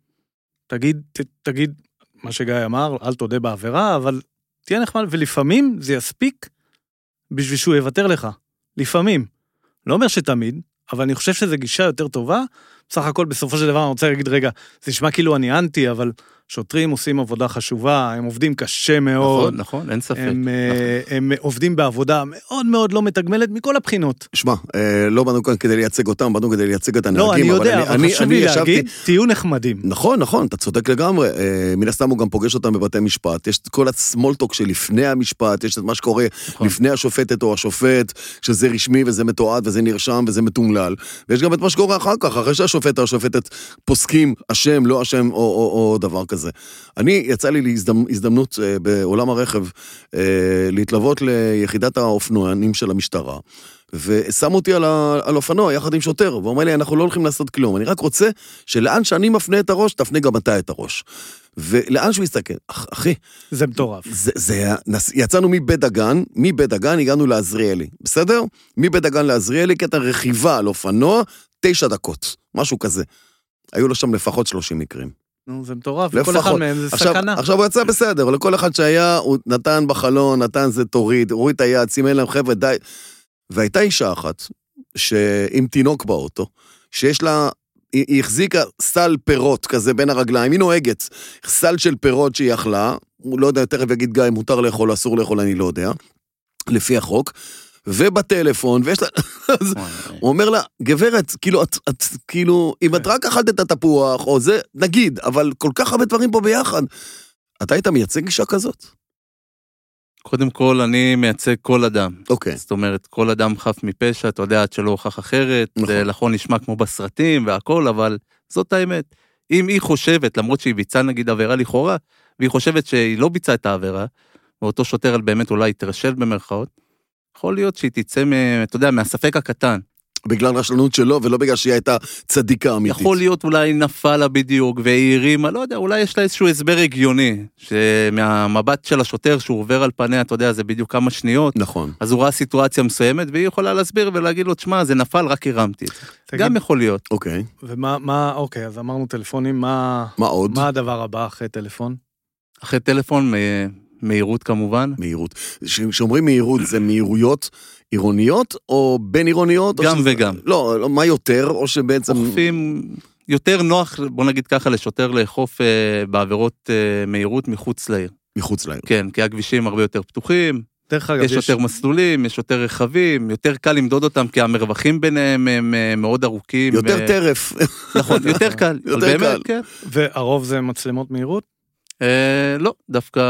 תגיד מה שגיא אמר, אל תודה בעבירה, אבל תהיה נחמד, ולפעמים זה יספיק בשביל שהוא יוותר לך. לפעמים. לא אומר שתמיד, אבל אני חושב שזו גישה יותר טובה. בסך הכל בסופו של דבר אני רוצה להגיד, רגע, זה נשמע כאילו אני אנטי, אבל שוטרים עושים עבודה חשובה, הם עובדים קשה מאוד. נכון, אין ספק. הם עובדים בעבודה מאוד מאוד לא מתגמלת מכל הבחינות. שמע, לא באנו כאן כדי לייצג אותם, באנו כדי לייצג את הנהגים. לא, אני יודע, אבל חשוב לי להגיד, תהיו נחמדים. נכון, אתה צודק לגמרי. מן הסתם הוא גם פוגש אותם בבתי משפט. יש את כל הסמולטוק שלפני המשפט, יש את מה שקורה לפני השופטת או השופט, שזה רשמי וזה מתועד וזה נרשם וזה מתומלל. ויש גם את מה שקורה אחר כך, אחרי שהשופט או השופטת פוסקים אשם, לא אשם או דבר כזה. אני, יצא לי הזדמנות בעולם הרכב להתלוות ליחידת האופנוענים של המשטרה, ושמו אותי על אופנוע יחד עם שוטר, והוא אומר לי, אנחנו לא הולכים לעשות כלום, אני רק רוצה שלאן שאני מפנה את הראש, תפנה גם אתה את הראש. ולאן שהוא יסתכל, אחי, זה מטורף. יצאנו מבית דגן הגענו לעזריאלי, בסדר? מבית דגן לעזריאלי, קטע רכיבה על אופנוע, 9 דקות, משהו כזה. היו לו שם לפחות 30 מקרים. נו, זה מטורף, וכל אחד מהם זה סכנה. עכשיו הוא יצא בסדר, לכל אחד שהיה, הוא נתן בחלון, נתן זה תוריד, הוריד את היד, סימן להם חבר'ה, די. והייתה אישה אחת, עם תינוק באוטו, שיש לה, היא החזיקה סל פירות כזה בין הרגליים, היא נוהגת, סל של פירות שהיא אכלה, הוא לא יודע, תכף יגיד גיא, מותר לאכול, אסור לאכול, אני לא יודע, לפי החוק, ובטלפון, ויש לה, אז הוא אומר לה, גברת, כאילו, אם את רק אכלת את התפוח, או זה, נגיד, אבל כל כך הרבה דברים פה ביחד, אתה היית מייצג אישה כזאת? קודם כל, אני מייצג כל אדם. אוקיי. זאת אומרת, כל אדם חף מפשע, אתה יודע, שלא הוכח אחרת, זה נכון נשמע כמו בסרטים והכל, אבל זאת האמת. אם היא חושבת, למרות שהיא ביצעה נגיד עבירה לכאורה, והיא חושבת שהיא לא ביצעה את העבירה, ואותו שוטר באמת אולי יתרשל במרכאות, יכול להיות שהיא תצא, אתה יודע, מהספק הקטן. בגלל רשלנות שלו, ולא בגלל שהיא הייתה צדיקה אמיתית. יכול להיות אולי נפל לה בדיוק, והיא הרימה, לא יודע, אולי יש לה איזשהו הסבר הגיוני, שמהמבט של השוטר שהוא עובר על פניה, אתה יודע, זה בדיוק כמה שניות. נכון. אז הוא ראה סיטואציה מסוימת, והיא יכולה להסביר ולהגיד לו, תשמע, זה נפל, רק הרמתי את זה. גם יכול להיות. אוקיי. אוקיי, אז אמרנו טלפונים, מה עוד? מה הדבר הבא אחרי טלפון? אחרי טלפון, מהירות כמובן. מהירות. כשאומרים מהירות, זה מהירויות עירוניות או בין עירוניות? גם וגם. לא, מה יותר, או שבעצם... אוכפים, יותר נוח, בוא נגיד ככה, לשוטר לאכוף בעבירות מהירות מחוץ לעיר. מחוץ לעיר. כן, כי הכבישים הרבה יותר פתוחים, יש יותר מסלולים, יש יותר רכבים, יותר קל למדוד אותם, כי המרווחים ביניהם הם מאוד ארוכים. יותר טרף. נכון, יותר קל. יותר קל. והרוב זה מצלמות מהירות? לא, דווקא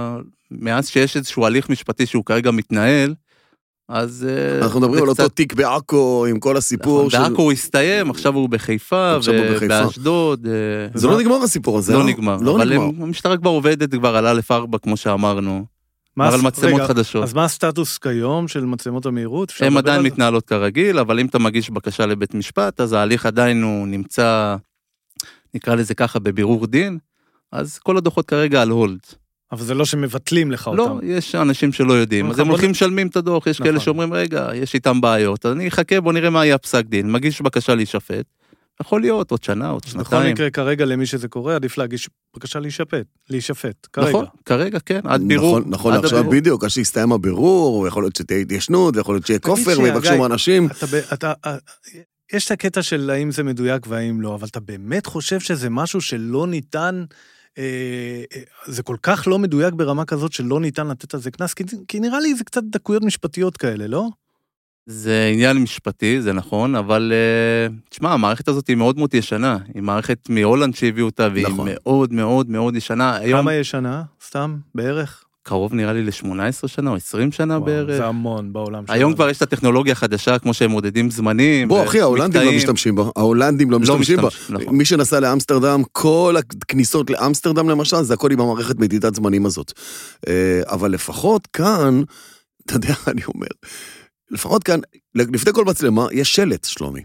מאז שיש איזשהו הליך משפטי שהוא כרגע מתנהל, אז... אנחנו מדברים על אותו תיק בעכו עם כל הסיפור. בעכו הוא הסתיים, עכשיו הוא בחיפה ובאשדוד. זה לא נגמר הסיפור הזה. לא נגמר, אבל המשטרה כבר עובדת כבר על א'4 כמו שאמרנו. על מצלמות חדשות. אז מה הסטטוס כיום של מצלמות המהירות? הן עדיין מתנהלות כרגיל, אבל אם אתה מגיש בקשה לבית משפט, אז ההליך עדיין הוא נמצא, נקרא לזה ככה, בבירור דין, אז כל הדוחות כרגע על הולד. אבל זה לא שמבטלים לך אותם. לא, יש אנשים שלא יודעים, אז הם הולכים לשלמים את הדוח, יש כאלה שאומרים, רגע, יש איתם בעיות, אז אני אחכה, בוא נראה מה היה פסק דין, מגיש בקשה להישפט, יכול להיות עוד שנה, עוד שנתיים. בכל מקרה, כרגע למי שזה קורה, עדיף להגיש בקשה להישפט, כרגע. נכון, כרגע, כן, עד בירור. נכון, עכשיו בדיוק, אז שיסתיים הבירור, יכול להיות שתהיה התיישנות, ויכול להיות שיהיה כופר, ויבקשו מאנשים. יש את הקטע של האם זה מדויק והאם לא, אבל אתה באמת חושב שזה משהו שלא ניתן, זה כל כך לא מדויק ברמה כזאת שלא ניתן לתת על זה כנס, כי נראה לי זה קצת דקויות משפטיות כאלה, לא? זה עניין משפטי, זה נכון, אבל תשמע, המערכת הזאת היא מאוד מאוד ישנה, היא מערכת מהולנד שהביאו אותה, והיא מאוד מאוד מאוד ישנה. כמה ישנה? סתם? בערך? קרוב נראה לי ל-18 שנה או 20 שנה בערך. זה המון בעולם שלנו. היום כבר יש את הטכנולוגיה החדשה, כמו שהם מודדים זמנים. בוא אחי, ההולנדים לא משתמשים בה. ההולנדים לא משתמשים בה. מי שנסע לאמסטרדם, כל הכניסות לאמסטרדם למשל, זה הכל עם המערכת מדידת זמנים הזאת. אבל לפחות כאן, אתה יודע, אני אומר, לפחות כאן, לפני כל מצלמה, יש שלט, שלומי.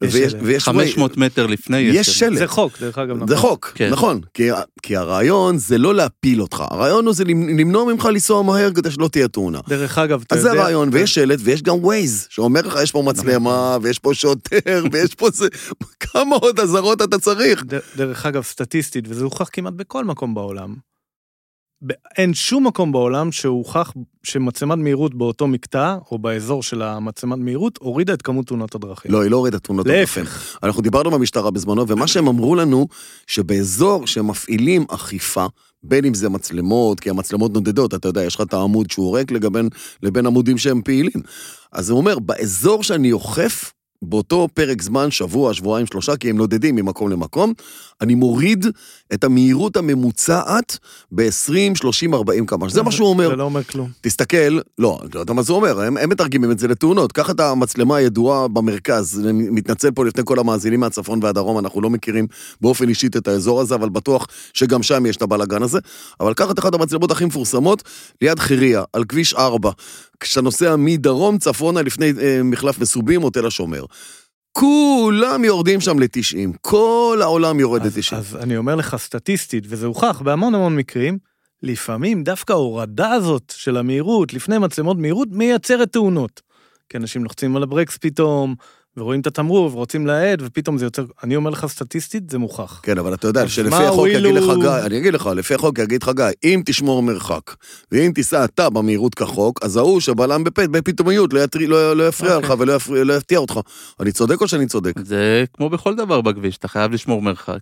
500 מטר לפני יש שלט. זה חוק, דרך אגב. זה חוק, נכון. כי הרעיון זה לא להפיל אותך. הרעיון הוא זה למנוע ממך לנסוע מהר כדי שלא תהיה תאונה. דרך אגב, אז זה הרעיון, ויש שלט, ויש גם ווייז, שאומר לך, יש פה מצלמה, ויש פה שוטר, ויש פה זה... כמה עוד עזרות אתה צריך? דרך אגב, סטטיסטית, וזה הוכח כמעט בכל מקום בעולם. אין שום מקום בעולם שהוכח שמצלמת מהירות באותו מקטע, או באזור של המצלמת מהירות, הורידה את כמות תאונות הדרכים. לא, היא לא הורידה את תאונות הדרכים. להפך. אנחנו דיברנו במשטרה בזמנו, ומה שהם אמרו לנו, שבאזור שמפעילים אכיפה, בין אם זה מצלמות, כי המצלמות נודדות, אתה יודע, יש לך את העמוד שהוא ריק לבין עמודים שהם פעילים. אז הוא אומר, באזור שאני אוכף, באותו פרק זמן, שבוע, שבועיים, 3, כי הם נודדים ממקום למקום, אני מוריד את המהירות הממוצעת ב-20, 30, 40 קמ"ש. זה מה שהוא אומר. זה לא אומר כלום. תסתכל, לא יודע מה זה אומר, הם מתרגמים את זה לתאונות. קח את המצלמה הידועה במרכז, אני מתנצל פה לפני כל המאזינים מהצפון והדרום, אנחנו לא מכירים באופן אישית את האזור הזה, אבל בטוח שגם שם יש את הבלגן הזה. אבל קח את אחת המצלמות הכי מפורסמות, ליד חיריה, על כביש 4, כשאתה נוסע מדרום צפונה לפני מחלף מסובים או תל השומר. כולם יורדים שם ל-90, כל העולם יורד ל-90. אז אני אומר לך סטטיסטית, וזה הוכח בהמון המון מקרים, לפעמים דווקא ההורדה הזאת של המהירות, לפני מצלמות מהירות, מייצרת תאונות. כי אנשים לוחצים על הברקס פתאום, ורואים את התמרור, ורוצים להעד, ופתאום זה יוצר, אני אומר לך סטטיסטית, זה מוכח. כן, אבל אתה יודע, שלפי החוק יגיד לך גיא, אני אגיד לך, לפי החוק יגיד לך גיא, אם תשמור מרחק, ואם תיסע אתה במהירות כחוק, אז ההוא שבלם בפתאומיות, לא יפריע לך ולא יפתיע אותך. אני צודק או שאני צודק? זה כמו בכל דבר בכביש, אתה חייב לשמור מרחק.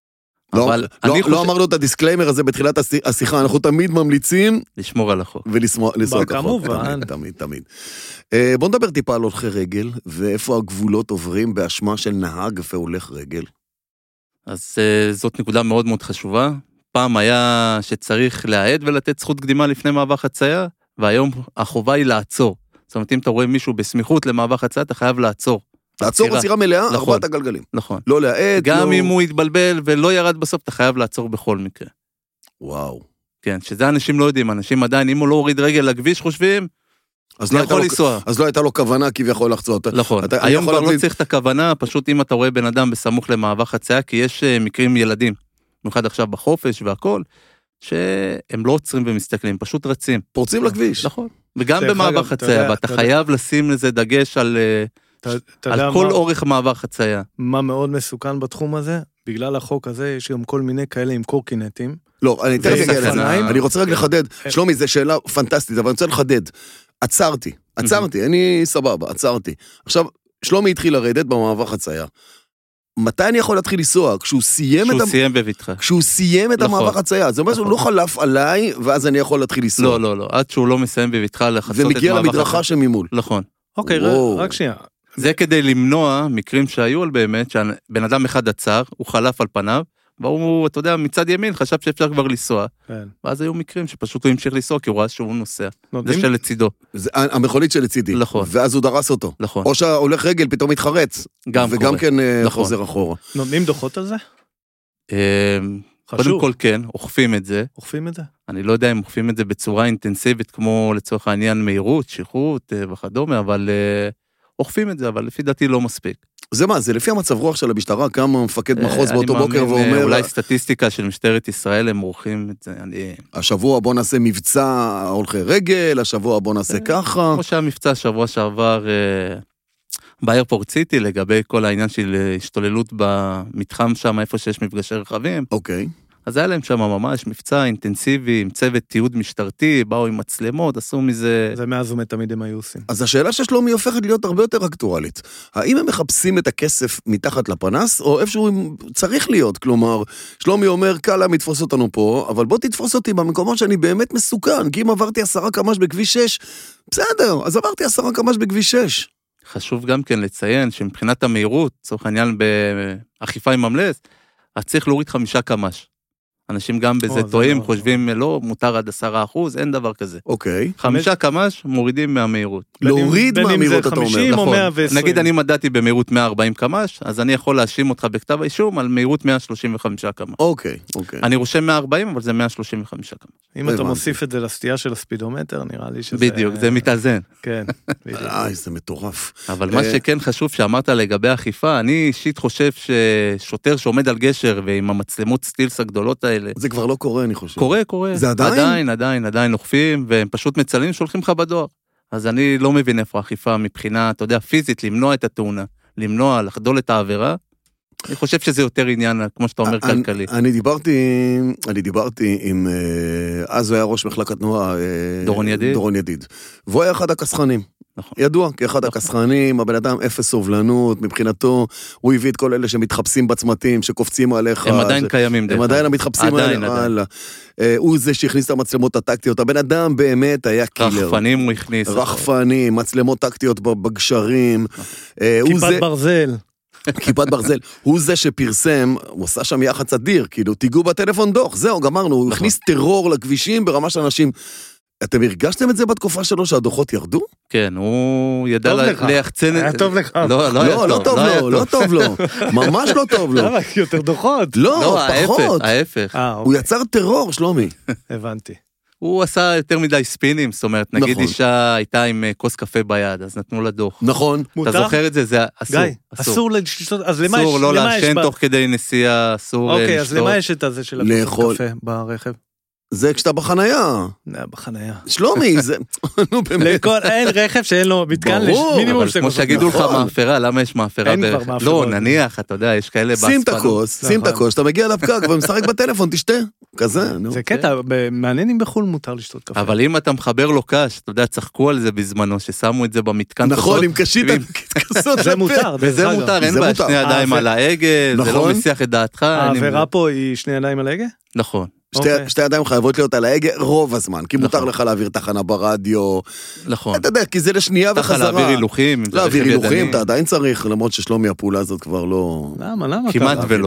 לא אמרנו את הדיסקליימר הזה בתחילת השיחה, אנחנו תמיד ממליצים לשמור על החוק. ולסמור על החוק. כמובן. תמיד. בוא נדבר טיפה על הולכי רגל, ואיפה הגבולות עוברים באשמה של נהג והולך רגל. אז זאת נקודה מאוד מאוד חשובה. פעם היה שצריך להעד ולתת זכות קדימה לפני מעבר חצייה, והיום החובה היא לעצור. זאת אומרת, אם אתה רואה מישהו בסמיכות למעבר חצייה, אתה חייב לעצור. לעצור עצירה מלאה, 4 הגלגלים. נכון. לא להעד. גם אם הוא יתבלבל ולא ירד בסוף, אתה חייב לעצור בכל מקרה. וואו. כן, שזה אנשים לא יודעים, אנשים עדיין, אם הוא לא הוריד רגל לכביש, חושבים, אז לא יכול לנסוע. אז לא הייתה לו כוונה כביכול לחצות. נכון. היום כבר לא צריך את הכוונה, פשוט אם אתה רואה בן אדם בסמוך למעבר חצייה, כי יש מקרים ילדים, במיוחד עכשיו בחופש והכל, שהם לא עוצרים ומסתכלים, פשוט רצים. פורצים לכביש. נכון. וגם במעבר חצייה, ואתה חייב לשים לזה דגש על כל אורך מעבר חצייה. מה מאוד מסוכן בתחום הזה? בגלל החוק הזה יש גם כל מיני כאלה עם קורקינטים. לא, אני רוצה רק לחדד, שלומי, זו שאלה פנטסטית, אבל אני רוצה לחדד. עצרתי, אני סבבה, עצרתי. עכשיו, שלומי התחיל לרדת במעבר חצייה. מתי אני יכול להתחיל לנסוע? כשהוא סיים בביתך. כשהוא סיים את המעבר חצייה. זה אומר שהוא לא חלף עליי, ואז אני יכול להתחיל לנסוע. לא, עד שהוא לא מסיים בביתך לחצות את זה מעבר מגיע למדרכה שממול. נכון. אוקיי, רק שנייה. זה כדי למנוע מקרים שהיו על באמת, שבן אדם אחד עצר, הוא חלף על פניו, והוא, אתה יודע, מצד ימין חשב שאפשר כבר לנסוע. ואז היו מקרים שפשוט הוא המשיך לנסוע, כי הוא ראה שהוא נוסע. זה שלצידו. המכונית שלצידי. נכון. ואז הוא דרס אותו. נכון. או שהולך רגל פתאום מתחרץ. וגם כן חוזר אחורה. נותנים דוחות על זה? קודם כל כן, אוכפים את זה. אוכפים את זה? אני לא יודע אם אוכפים את זה בצורה אינטנסיבית, כמו לצורך העניין מהירות, שכרות וכדומה, אבל אוכפים את זה, אבל לפי דעתי לא מספיק. זה מה, זה לפי המצב רוח של המשטרה, כמה מפקד מחוז באותו בוקר ואומר... אולי סטטיסטיקה של משטרת ישראל, הם עורכים את זה, השבוע בוא נעשה מבצע הולכי רגל, השבוע בוא נעשה ככה. כמו שהמבצע שבוע שעבר באיירפורט סיטי, לגבי כל העניין של השתוללות במתחם שם, איפה שיש מפגשי רכבים. אוקיי. אז היה להם שם ממש מבצע אינטנסיבי, עם צוות תיעוד משטרתי, באו עם מצלמות, עשו מזה... זה מאז ומתמיד הם היו עושים. אז השאלה ששלומי הופכת להיות הרבה יותר אקטואלית. האם הם מחפשים את הכסף מתחת לפנס, או איפשהו צריך להיות? כלומר, שלומי אומר, קלה מתפוס אותנו פה, אבל בוא תתפוס אותי במקומות שאני באמת מסוכן, כי אם עברתי 10 קמ"ש בכביש 6, בסדר, אז עברתי 10 קמ"ש בכביש 6. חשוב גם כן לציין שמבחינת המהירות, צורך העניין באכיפה עם ממלס, אז צריך להוריד 5 קמ"ש. אנשים גם בזה טועים, חושבים, לא, מותר עד 10%, אין דבר כזה. אוקיי. 5 קמ"ש מורידים מהמהירות. להוריד מהמהירות, אתה אומר. 50 או 120. נגיד אני מדעתי במהירות 140 קמ"ש, אז אני יכול להאשים אותך בכתב האישום על מהירות 135 קמ"ש. אוקיי. אני רושם 140, אבל זה 135 קמ"ש. אם אתה מוסיף את זה לסטייה של הספידומטר, נראה לי שזה... בדיוק, זה מתאזן. כן, בדיוק. זה מטורף. אבל מה שכן חשוב שאמרת לגבי אכיפה, אני אישית חושב ששוטר שעומד על גשר ועם המצלמות סטילס הגדולות האלה, זה כבר לא קורה, אני חושב. קורה. זה עדיין? עדיין אוכפים, והם פשוט מצלמים שהולכים לך בדואר. אז אני לא מבין איפה האכיפה מבחינה, אתה יודע, פיזית, למנוע את התאונה, למנוע, לחדול את העבירה. אני חושב שזה יותר עניין, כמו שאתה אומר, כלכלי. אני דיברתי עם, אז הוא היה ראש מחלקת תנועה, דורון ידיד. והוא היה אחד הכסחנים. ידוע, כאחד הכסחנים, הבן אדם אפס סובלנות, מבחינתו, הוא הביא את כל אלה שמתחפשים בצמתים, שקופצים עליך. הם עדיין קיימים. הם עדיין מתחפשים עליך. הוא זה שהכניס את המצלמות הטקטיות, הבן אדם באמת היה קילר. רחפנים הוא הכניס. רחפנים, מצלמות טקטיות בגשרים. כיפת ברזל. כיפת ברזל. הוא זה שפרסם, הוא עושה שם יחץ אדיר, כאילו, תיגעו בטלפון דוח, זהו, גמרנו, הוא הכניס טרור לכבישים ברמה של אנשים. אתם הרגשתם את זה בתקופה שלו שהדוחות ירדו? כן, הוא ידע ליחצן... היה טוב לך. לא טוב לו, לא טוב לו. ממש לא טוב לו. למה? יותר דוחות. לא, פחות. ההפך. הוא יצר טרור, שלומי. הבנתי. הוא עשה יותר מדי ספינים, זאת אומרת, נגיד אישה הייתה עם כוס קפה ביד, אז נתנו לה דוח. נכון. אתה זוכר את זה? זה אסור. גיא, אסור לשתות, אז למה יש... אסור לא לעשן תוך כדי נסיעה, אסור לשתות. אוקיי, אז למה יש את הזה של הכוס קפה ברכב? זה כשאתה בחנייה. בחנייה. שלומי, זה... נו, באמת. אין רכב שאין לו מתקן מינימום אבל כמו שיגידו לך מאפרה, למה יש מאפרה ברכב? לא, נניח, אתה יודע, יש כאלה שים את הכוס, אתה מגיע לפקק ומשחק בטלפון, תשתה. כזה, נו. זה קטע, מעניין אם בחול מותר לשתות קפה. אבל אם אתה מחבר לו קש, אתה יודע, צחקו על זה בזמנו, ששמו את זה במתקן. נכון, עם קשית כוסות. זה מותר. וזה מותר, אין בעיה, שני ידיים על ההגה, זה לא מסיח את דעתך. העבירה פה היא שני ידיים על ההגה? נכון. שתי ידיים חייבות להיות על ההגה רוב הזמן, כי מותר לך להעביר תחנה ברדיו. נכון. אתה יודע, כי זה לשנייה וחזרה. להעביר הילוכים. להעביר הילוכים, אתה עדיין צריך, למרות ששלומי הפעולה הזאת כבר לא... למה? כמעט ולא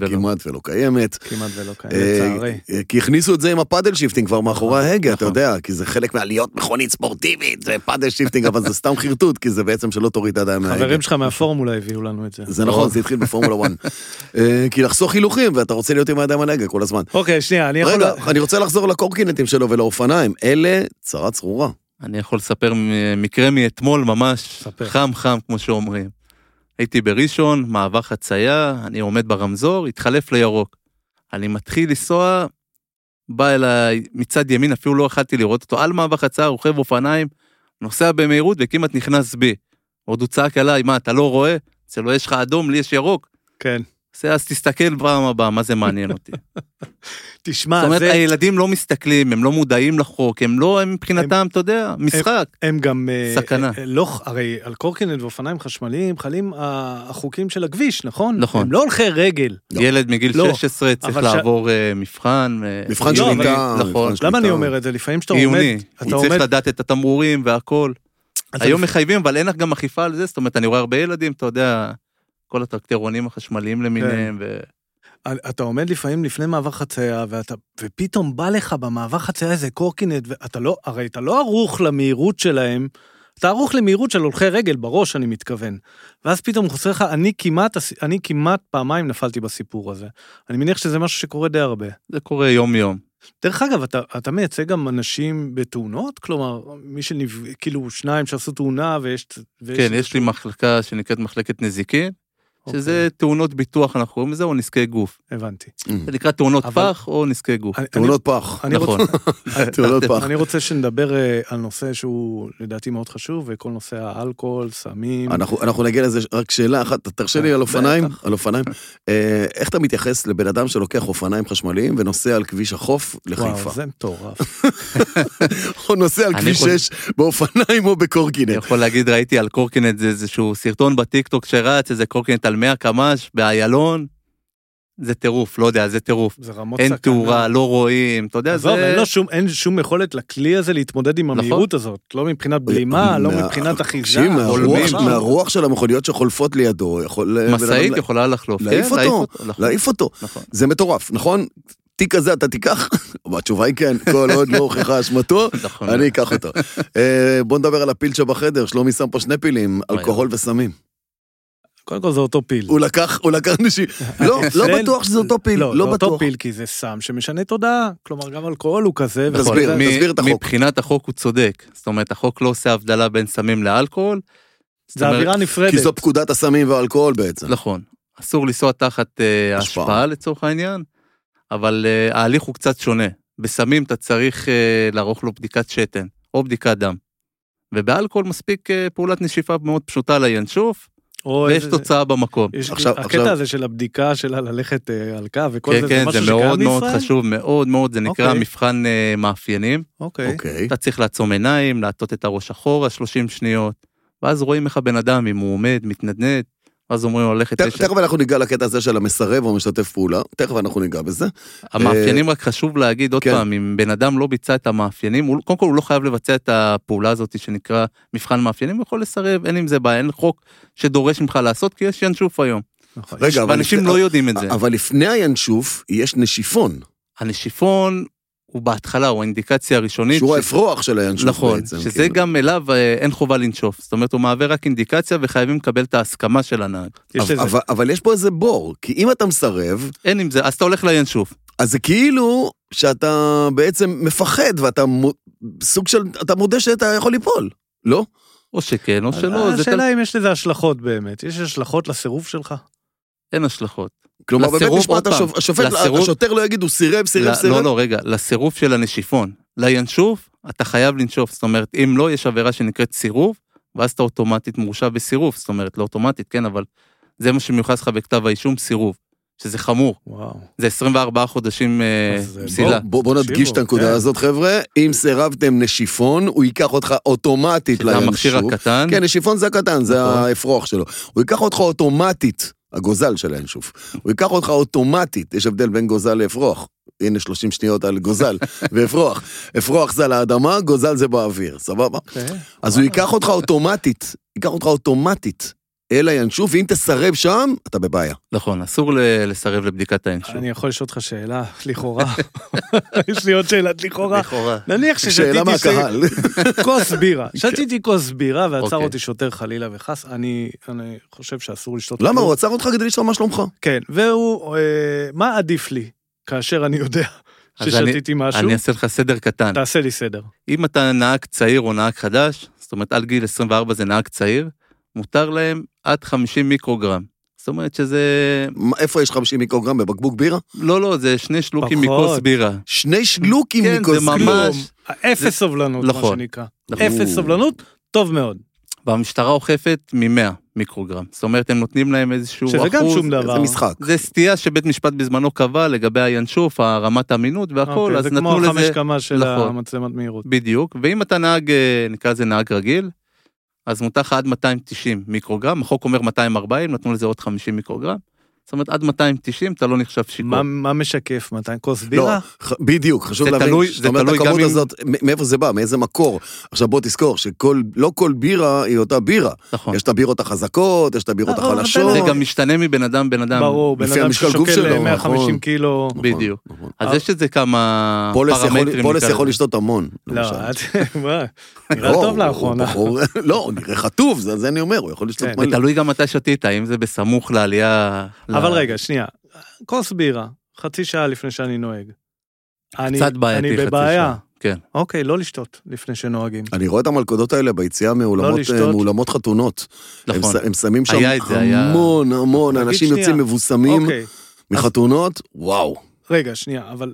קיימת. כמעט ולא קיימת, לצערי. כי הכניסו את זה עם הפאדל שיפטינג כבר מאחורי ההגה, אתה יודע, כי זה חלק מעליות מכונית ספורטיבית, זה פאדל שיפטינג, אבל זה סתם חרטוט, כי זה בעצם שלא תוריד ידיים מההגה. חברים שלך מהפורמולה הביאו לנו את זה. זה נכון, זה התחיל בפורמולה 1. כי לחסוך הילוכים, ואתה רוצה להיות עם הידיים על ההגה כל הזמן. אוקיי, שנייה, אני רוצה לחזור לקורקינטים שלו ולאופניים. אלה צרה צרורה. אני יכול לספר מקרה מאתמול ממש חם, כמו שאומרים. הייתי בראשון, מעבר חצייה, אני עומד ברמזור, התחלף לירוק. אני מתחיל לנסוע, בא אליי מצד ימין, אפילו לא יכלתי לראות אותו, על מעבר חצייה, רוכב אופניים, נוסע במהירות וכמעט נכנס בי. עוד הוא צעק עליי, מה, אתה לא רואה? אצלו יש לך אדום, לי יש ירוק. כן. אז תסתכל פעם הבאה, מה זה מעניין אותי. תשמע, זאת אומרת, הילדים לא מסתכלים, הם לא מודעים לחוק, הם מבחינתם, אתה יודע, משחק. הם גם... סכנה. הרי על קורקינט ואופניים חשמליים חלים החוקים של הכביש, נכון? נכון. הם לא הולכי רגל. ילד מגיל 16 צריך לעבור מבחן. מבחן שליטה. למה אני אומר את זה? לפעמים שאתה עומד... עיוני, הוא צריך לדעת את התמרורים והכל. היום מחייבים, אבל אין לך גם אכיפה על זה, זאת אומרת, אני רואה הרבה ילדים, אתה יודע, כל הטרקטרונים החשמליים למיניהם אתה עומד לפעמים לפני מעבר חצייה, ופתאום בא לך במעבר חצייה איזה קורקינט, הרי אתה לא ערוך למהירות שלהם, אתה ערוך למהירות של הולכי רגל, בראש אני מתכוון. ואז פתאום חוסר לך, אני כמעט פעמיים נפלתי בסיפור הזה. אני מניח שזה משהו שקורה די הרבה. זה קורה יום-יום. דרך אגב, אתה מייצג גם אנשים בתאונות? כלומר, כאילו שניים שעשו תאונה ויש... כן, יש לי מחלקה שנקראת מחלקת נזיקין, שזה תאונות ביטוח, אנחנו רואים לזה, או נזקי גוף. הבנתי. זה נקרא תאונות פח או נזקי גוף. תאונות פח. נכון. תאונות פח. אני רוצה שנדבר על נושא שהוא לדעתי מאוד חשוב, וכל נושא האלכוהול, סמים. אנחנו נגיע לזה, רק שאלה אחת, תרשה לי על אופניים. איך אתה מתייחס לבן אדם שלוקח אופניים חשמליים, ונוסע על כביש החוף לחיפה? וואו, זה מטורף. או נוסע על כביש 6 באופניים או בקורקינט. אני יכול להגיד, ראיתי על קורקינט, זה איזשהו סרטון בטיקטוק שרץ, איזה קורקינט על 100 קמ"ש, באיילון, זה טירוף, לא יודע, זה טירוף. זה רמות סכנה. אין תאורה, לא רואים, אתה יודע, זה... אין שום יכולת לכלי הזה להתמודד עם המהירות הזאת, לא מבחינת בלימה, לא מבחינת אחיזה. מהרוח של המכוניות שחולפות לידו, מסעית יכולה לחלוף. להעיף אותו. זה מטורף, נכון? תיק הזה אתה תיקח? התשובה היא כן, כל עוד לא הוכחה אשמתו, אני אקח אותו. בוא נדבר על הפיל שבחדר, שלומי שם פה שני פילים, אלכוהול וסמים. קודם כל זה אותו פיל. הוא לקח נשי. לא בטוח שזה אותו פיל, לא בטוח. אותו פיל, כי זה סם שמשנה תודעה. כלומר, גם אלכוהול הוא כזה. תסביר את החוק. מבחינת החוק הוא צודק. זאת אומרת, החוק לא עושה הבדלה בין סמים לאלכוהול. זה אווירה נפרדת. כי זו פקודת הסמים והאלכוהול בעצם. נכון. אסור לנסוע תחת השפעה לצורך העניין, אבל ההליך הוא קצת שונה. בסמים אתה צריך לערוך לו בדיקת שתן, או בדיקת דם. ובאלכוהול מספיק פעולת נשיפה מאוד פשוטה לינשוף, ויש תוצאה במקום. הקטע הזה של הבדיקה שלה ללכת על קו וכל זה, כן, זה מאוד מאוד חשוב, מאוד מאוד, זה נקרא מבחן מאפיינים. אתה צריך לעצום עיניים, להטות את הראש אחורה 30 שניות, ואז רואים איך הבן אדם, אם הוא עומד, מתנדנד, אז אומרים לו ללכת... תכף אנחנו ניגע לקטע הזה של המסרב או משתף פעולה, תכף אנחנו ניגע בזה. המאפיינים רק חשוב להגיד עוד פעם, אם בן אדם לא ביצע את המאפיינים, קודם כל הוא לא חייב לבצע את הפעולה הזאת שנקרא מבחן מאפיינים, הוא יכול לסרב, אין עם זה בעיה, אין חוק שדורש ממך לעשות, כי יש ינשוף היום. רגע, ואנשים לא יודעים את זה. אבל לפני הינשוף יש נשיפון. הנשיפון הוא בהתחלה, הוא האינדיקציה הראשונית. שהוא האפרוח של הינשוף נכון, בעצם. נכון, שזה גם אליו אין חובה לנשוף. זאת אומרת, הוא מעבר רק אינדיקציה וחייבים לקבל את ההסכמה של הנהג. אבל יש פה איזה בור, כי אם אתה מסרב... אין עם זה, אז אתה הולך לינשוף. אז זה כאילו שאתה בעצם מפחד, ואתה סוג של... אתה מודה שאתה יכול ליפול, לא? או שכן, או שלא. השאלה אם יש לזה השלכות באמת. יש השלכות לסירוב שלך? אין השלכות. כלומר, בבית משפט השוטר לא יגיד, הוא סירב. לא, רגע, לסירוב של הנשיפון. לינשוף, אתה חייב לנשוף. זאת אומרת, אם לא, יש עבירה שנקראת סירוב, ואז אתה אוטומטית מורשע בסירוב. זאת אומרת, לא אוטומטית, כן, אבל זה מה שמיוחס לך בכתב האישום, סירוב. שזה חמור. זה 24 חודשים פסילה. בוא נדגיש את הנקודה הזאת, חבר'ה. אם סירבתם נשיפון, הוא ייקח אותך אוטומטית לינשוף. זה המכשיר הקטן. כן, נשיפון זה הקטן, זה האפרוח שלו. הוא ייקח אותך אוטומטית, הגוזל של הינשוף. הוא ייקח אותך אוטומטית, יש הבדל בין גוזל לאפרוח. הנה 30 שניות על גוזל ואפרוח. אפרוח זה על האדמה, גוזל זה באוויר, סבבה? אז הוא ייקח אותך אוטומטית, אל הינשוף, ואם תסרב שם, אתה בבעיה. נכון, אסור לסרב לבדיקת הינשוף. אני יכול לשאול אותך שאלה, לכאורה. יש לי עוד שאלת לכאורה. נניח שאלה מהקהל. כוס בירה. שתיתי כוס בירה, ועצר אותי שוטר חלילה וחס. אני חושב שאסור לשתות. למה? הוא עצר אותך כדי לשאול מה שלומך. כן, והוא, מה עדיף לי, כאשר אני יודע ששתיתי משהו? אני אעשה לך סדר קטן. תעשה לי סדר. אם אתה נהג צעיר או נהג חדש, זאת אומרת, על גיל 24 זה נהג צעיר, מותר להם עד 50 מיקרוגרם. זאת אומרת שזה... איפה יש 50 מיקרוגרם? בבקבוק בירה? לא, זה 2 שלוקים מכוס בירה. 2 שלוקים מכוס בירה? כן, זה ממש... אפס סובלנות, מה שנקרא. אפס סובלנות, טוב מאוד. והמשטרה אוכפת מ-100 מיקרוגרם. זאת אומרת, הם נותנים להם איזשהו אחוז. שזה גם שום דבר. זה משחק. זה סטייה שבית משפט בזמנו קבע לגבי הינשוף, הרמת אמינות והכל, אז נתנו לזה... זה כמו 5 קמה של המצלמת מהירות. בדיוק, ואם אתה נהג, נקרא לזה נהג רגיל, אז מותר לך עד 290 מיקרוגרם, החוק אומר 240, נתנו לזה עוד 50 מיקרוגרם, זאת אומרת, עד 290 אתה לא נחשב שיקור. מה משקף? 200 כוס בירה? לא, בדיוק, חשוב להבין, זאת אומרת, הכמות הזאת, מאיפה זה בא, מאיזה מקור? עכשיו בוא תזכור, שלא כל בירה היא אותה בירה. נכון. יש את הבירות החזקות, יש את הבירות החלשות. זה גם משתנה מבן אדם, ברור, בן אדם ששוקל 150 קילו. בדיוק. אז יש את זה כמה פרמטרים. פולס יכול לשתות המון. לא, נראה טוב לאחרונה. לא, נראה חטוב, זה אני אומר, הוא יכול לשתות מלא. ותלוי גם מתי שתית, אם זה בסמוך לעלייה... אבל רגע, שנייה, כוס בירה, חצי שעה לפני שאני נוהג. קצת בעייתי חצי שעה. כן. אוקיי, לא לשתות לפני שנוהגים. אני רואה את המלכודות האלה ביציאה מאולמות חתונות. נכון. הם שמים שם המון, אנשים יוצאים מבוסמים מחתונות, וואו. רגע, שנייה, אבל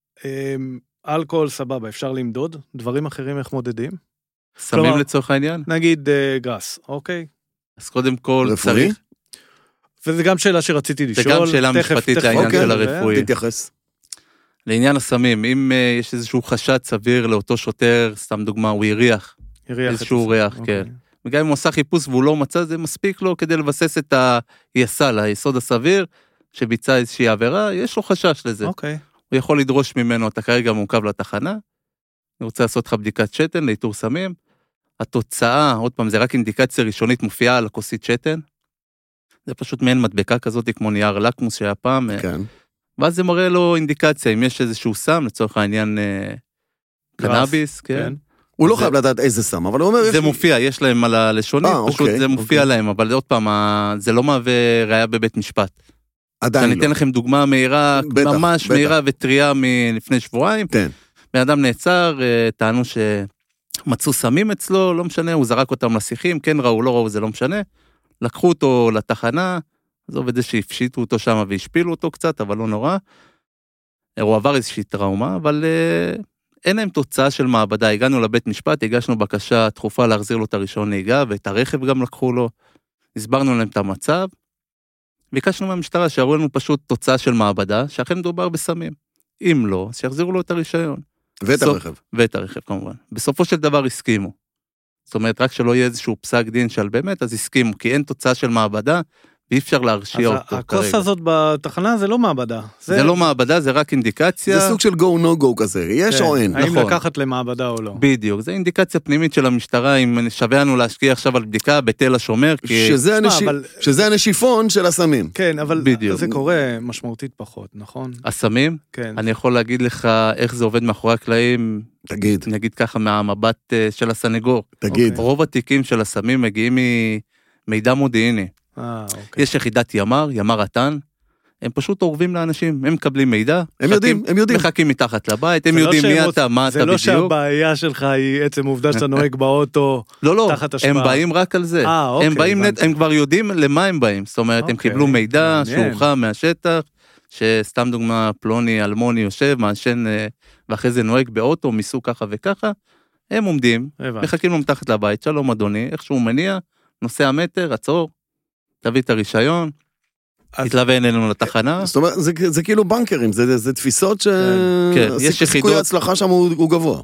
אלכוהול סבבה, אפשר למדוד? דברים אחרים איך מודדים? שמים לצורך העניין? נגיד גרס, אוקיי? אז קודם כל צריך... וזה גם שאלה שרציתי לשאול. זה גם שאלה משפטית לעניין של הרפואי. תתייחס. לעניין הסמים, אם יש איזשהו חשד סביר לאותו שוטר, סתם דוגמה, הוא יריח. איזשהו ריח, כן. וגם אם הוא עושה חיפוש והוא לא מצא, זה מספיק לו כדי לבסס את היסל, היסוד הסביר, שביצע איזושהי עבירה, יש לו חשש לזה. אוקיי. הוא יכול לדרוש ממנו, אתה כרגע מעוכב לתחנה, אני רוצה לעשות לך בדיקת שתן, לאיתור סמים. התוצאה, עוד פעם, זה רק אינדיקציה ראשונית מופיעה על הכוסית שתן. זה פשוט מעין מדבקה כזאת, כמו נייר לקמוס שהיה פעם. כן. ואז זה מראה לו אינדיקציה, אם יש איזשהו סם, לצורך העניין קנאביס, כן. הוא לא חייב לדעת איזה סם, אבל הוא אומר... זה מופיע, יש להם על הלשונית, פשוט זה מופיע להם, אבל עוד פעם, זה לא מהווה ראיה בבית משפט. עדיין לא. אני אתן לכם דוגמה מהירה, ממש מהירה וטריה מלפני שבועיים. כן. בן אדם נעצר, טענו שמצאו סמים אצלו, לא משנה, הוא זרק אותם לשיחים, כן ראו, לא ראו, זה לא משנה. לקחו אותו לתחנה, עזוב את זה שהפשיטו אותו שם והשפילו אותו קצת, אבל לא נורא. הוא עבר איזושהי טראומה, אבל אין להם תוצאה של מעבדה. הגענו לבית משפט, הגשנו בקשה דחופה להחזיר לו את הרישיון נהיגה, ואת הרכב גם לקחו לו. הסברנו להם את המצב, ביקשנו מהמשטרה שיראו לנו פשוט תוצאה של מעבדה, שאכן מדובר בסמים. אם לא, שיחזירו לו את הרישיון. ואת הרכב. ואת הרכב, כמובן. בסופו של דבר הסכימו. זאת אומרת, רק שלא יהיה איזשהו פסק דין של באמת, אז הסכימו, כי אין תוצאה של מעבדה, ואי אפשר להרשיע אותו כרגע. אז הכוס הזאת בתחנה זה לא מעבדה. זה לא מעבדה, זה רק אינדיקציה. זה סוג של go no go כזה, יש או אין. האם לקחת למעבדה או לא. בדיוק, זה אינדיקציה פנימית של המשטרה, אם שווה לנו להשקיע עכשיו על בדיקה בתל השומר, שזה הנשיפון של הסמים. כן, אבל זה קורה משמעותית פחות, נכון? הסמים? כן. אני יכול להגיד לך איך זה עובד מאחורי הקלעים, תגיד. נגיד ככה מהמבט של הסנגור. תגיד. רוב התיקים של הסמים מגיעים ממידע מודיעיני. יש יחידת ימ"ר רט"ן, הם פשוט עורבים לאנשים, הם מקבלים מידע, הם יודעים, מחכים מתחת לבית, הם יודעים מי אתה, מה אתה בדיוק. זה לא שהבעיה שלך היא עצם עובדה שאתה נוהג באוטו תחת השפעה. לא, הם באים רק על זה, הם כבר יודעים למה הם באים, זאת אומרת, הם קיבלו מידע שהורחב מהשטח, שסתם דוגמה פלוני אלמוני יושב, מעשן ואחרי זה נוהג באוטו, מסוג ככה וככה, הם עומדים, מחכים לו מתחת לבית, שלום אדוני, איך שהוא מניע, נוסע מטר, עצור, תביא את הרישיון, תתלווה אלינו לתחנה. זאת אומרת, זה כאילו בנקרים, זה תפיסות שסיכוי ההצלחה שם הוא גבוה.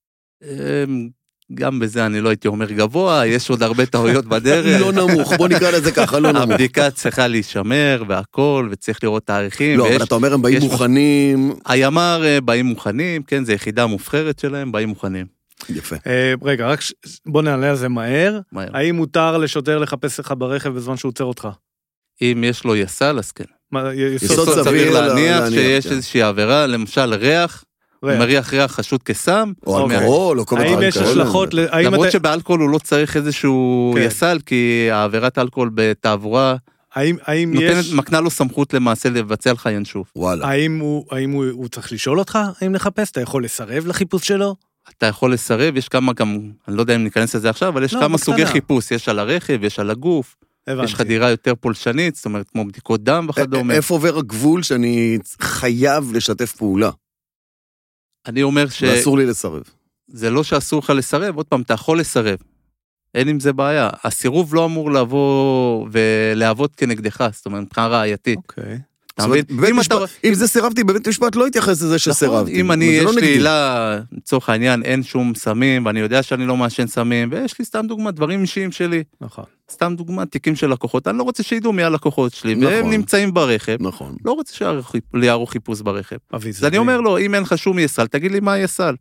גם בזה אני לא הייתי אומר גבוה, יש עוד הרבה טעויות בדרך. לא נמוך, בוא נקרא לזה ככה, לא נמוך. הבדיקה צריכה להישמר והכל, וצריך לראות תאריכים. לא, אבל אתה אומר הם באים מוכנים. הימ"ר באים מוכנים, כן, זה יחידה מופחרת שלהם, באים מוכנים. יפה. רגע, רק בוא נעלה על זה מהר. האם מותר לשוטר לחפש לך ברכב בזמן שהוא עוצר אותך? אם יש לו יס"ל, אז כן. יסוד סביר להניח שיש איזושהי עבירה, למשל ריח, מריח ריח חשוד כסם, או אלכוהול, או כל מיני האם יש השלכות, למרות שבאלכוהול הוא לא צריך איזשהו יס"ל, כי העבירת אלכוהול בתעבורה, מקנה לו סמכות למעשה לבצע לך ינשוף. האם הוא צריך לשאול אותך, האם לחפש? אתה יכול לסרב לחיפוש שלו? אתה יכול לסרב, יש כמה גם, אני לא יודע אם ניכנס לזה עכשיו, אבל יש כמה סוגי חיפוש, יש על הרכב, יש על הגוף, יש חדירה יותר פולשנית, זאת אומרת, כמו בדיקות דם וכדומה. איפה עובר הגבול שאני חייב לשתף פעולה? אני אומר ואסור לי לסרב. זה לא שאסור לך לסרב, עוד פעם, אתה יכול לסרב. אין עם זה בעיה. הסירוב לא אמור לבוא ולעבוד כנגדך, זאת אומרת, מבחינה ראייתית. אוקיי. אם זה סירבתי, בבית משפט לא יתייחס לזה שסירבתי. אם אני, יש לי עילה, לצורך העניין, אין שום סמים, ואני יודע שאני לא מעשן סמים, ויש לי סתם דוגמה, דברים אישיים שלי. נכון. סתם דוגמה, תיקים של לקוחות, אני לא רוצה שידעו מי הלקוחות שלי, והם נמצאים ברכב. נכון. לא רוצה שיערו חיפוש ברכב. אז אני אומר לו, אם אין לך שום יסל, תגיד לי מה היסל.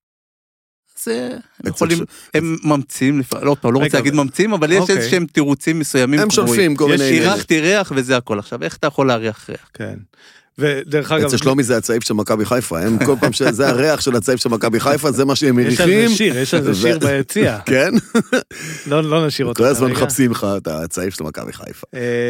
הם ממציאים, לא רוצה להגיד ממציאים, אבל יש איזשהם תירוצים מסוימים. הם שולפים כל מיני... שירחתי ריח וזה הכל. עכשיו, איך אתה יכול להריח ריח? כן. ודרך אגב... אצל שלומי זה הצעיף של מכבי חיפה, הם כל פעם שזה הריח של הצעיף של מכבי חיפה, זה מה שהם מריחים. יש על זה שיר ביציע. כן? לא נשאיר אותו. כל הזמן מחפשים לך את הצעיף של מכבי חיפה.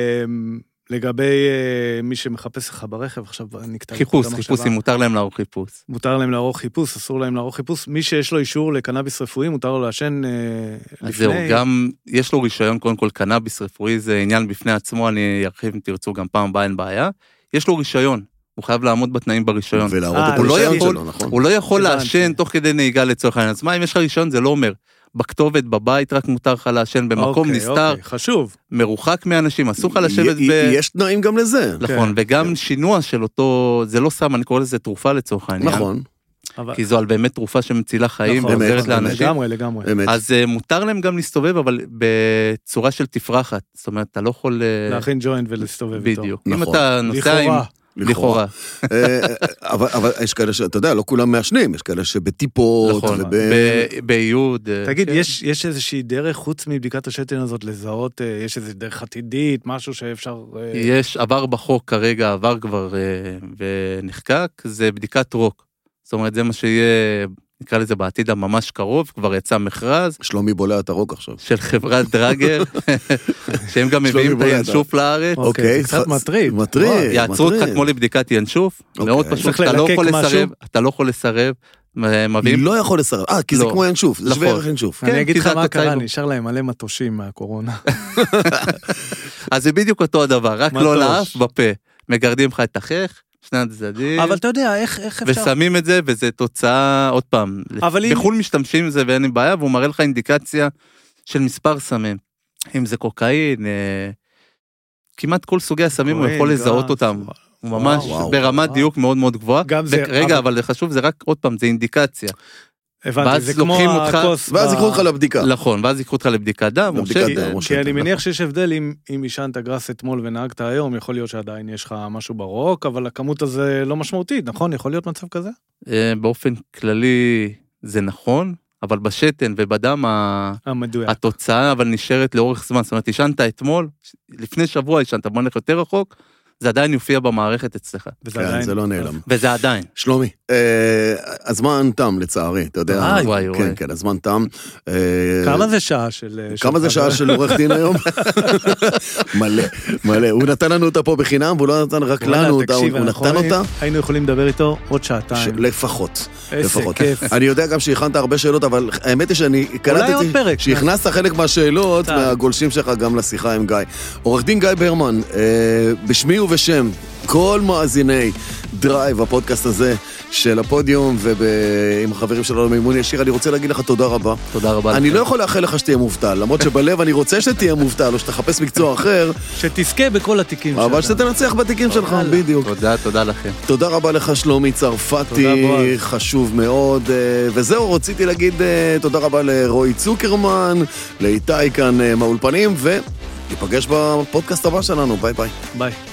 לגבי מי שמחפש לך ברכב, עכשיו נקטע... חיפוש, אם מותר להם לערוך חיפוש. מותר להם לערוך חיפוש, אסור להם לערוך חיפוש. מי שיש לו אישור לקנאביס רפואי, מותר לו לעשן לפני... זהו, גם יש לו רישיון, קודם כל קנאביס רפואי, זה עניין בפני עצמו, אני ארחיב אם תרצו גם פעם הבאה, אין בעיה. יש לו רישיון, הוא חייב לעמוד בתנאים ברישיון. ולהראות את הרישיון שלו, נכון? הוא לא יכול לעשן תוך כדי נהיגה לצורך העניין. אז מה, אם יש לך רישיון, זה לא אומר. בכתובת, בבית, רק מותר לך לעשן במקום נסתר. חשוב. מרוחק מאנשים, אסור לך לשבת יש תנאים גם לזה. נכון, וגם שינוע של אותו, זה לא סתם, אני קורא לזה תרופה לצורך העניין. נכון. כי זו על באמת תרופה שמצילה חיים, ועוזרת לאנשים. לגמרי. אז מותר להם גם להסתובב, אבל בצורה של תפרחת. זאת אומרת, אתה לא יכול... להכין ג'וינט ולהסתובב איתו. בדיוק. אם אתה נוסע עם... לכאורה. אבל יש כאלה שאתה יודע, לא כולם מעשנים, יש כאלה שבטיפות, בעיוד. תגיד, יש איזושהי דרך, חוץ מבדיקת השתן הזאת, לזהות, יש איזו דרך עתידית, משהו שאפשר... יש, עבר בחוק כרגע, עבר כבר ונחקק, זה בדיקת רוק. זאת אומרת, זה מה שיהיה... נקרא לזה בעתיד הממש קרוב, כבר יצא מכרז. שלומי בולע את הרוק עכשיו. של חברת דרגר, שהם גם מביאים את הינשוף לארץ. אוקיי, קצת מטריד. יעצרו אותך כמו לבדיקת ינשוף, מאוד פשוט, אתה לא יכול לסרב, לא יכול לסרב, כי זה כמו ינשוף, זה שווה ערך ינשוף. אני אגיד לך מה קרה, נשאר להם מלא מטושים מהקורונה. אז זה בדיוק אותו הדבר, רק לא לאף בפה, מגרדים לך את החך, שני הצדדים. אבל אתה יודע, איך אפשר... ושמים את זה, וזה תוצאה, עוד פעם, בחול משתמשים עם זה ואין לי בעיה, והוא מראה לך אינדיקציה של מספר סמים. אם זה קוקאין, כמעט כל סוגי הסמים הוא יכול לזהות אותם. הוא ממש ברמת דיוק מאוד מאוד גבוהה. רגע, אבל זה חשוב, זה רק עוד פעם, זה אינדיקציה. הבנתי, זה כמו הכוס. ואז יקחו אותך לבדיקה. נכון, ואז יקחו אותך לבדיקת דם. כי אני מניח שיש הבדל, אם ישנת גרס אתמול ונהגת היום, יכול להיות שעדיין יש לך משהו ברוק, אבל הכמות הזה לא משמעותית, נכון? יכול להיות מצב כזה? באופן כללי זה נכון, אבל בשתן ובדם התוצאה אבל נשארת לאורך זמן. זאת אומרת, ישנת אתמול, לפני שבוע ישנת, בוא נלך יותר רחוק, זה עדיין יופיע במערכת אצלך. כן, זה לא נעלם. וזה עדיין. שלומי, הזמן תם לצערי, אתה יודע. כן, כן, הזמן תם. כמה זה שעה של... כמה זה שעה של עורך דין היום? מלא, מלא. הוא נתן לנו אותה פה בחינם, והוא לא נתן רק לנו אותה, הוא נתן אותה. היינו יכולים לדבר איתו עוד שעתיים. לפחות. איזה כיף. אני יודע גם שהכנת הרבה שאלות, אבל האמת היא שאני קלטתי שהכנסת חלק מהשאלות, מהגולשים שלך גם לשיחה עם גיא. עורך דין גיא ברמן, בשמי ובשם כל מאזיני דרייב, הפודקאסט הזה של הפודיום, ועם החברים שלנו מאימון ישיר, אני רוצה להגיד לך תודה רבה. תודה רבה. אני לא יכול לאחל לך שתהיה מובטל, למרות שבלב אני רוצה שתהיה מובטל, או שתחפש מקצוע אחר. שתזכה בכל התיקים שלך. אבל שתנצח בתיקים שלך, בדיוק. תודה לכם. תודה רבה לך שלומי צרפתי, חשוב מאוד. וזהו, רציתי להגיד תודה רבה לרועי צוקרמן, לאיתי כאן מהאולפנים, וניפגש בפודקאסט הבא שלנו. ביי ביי. ביי.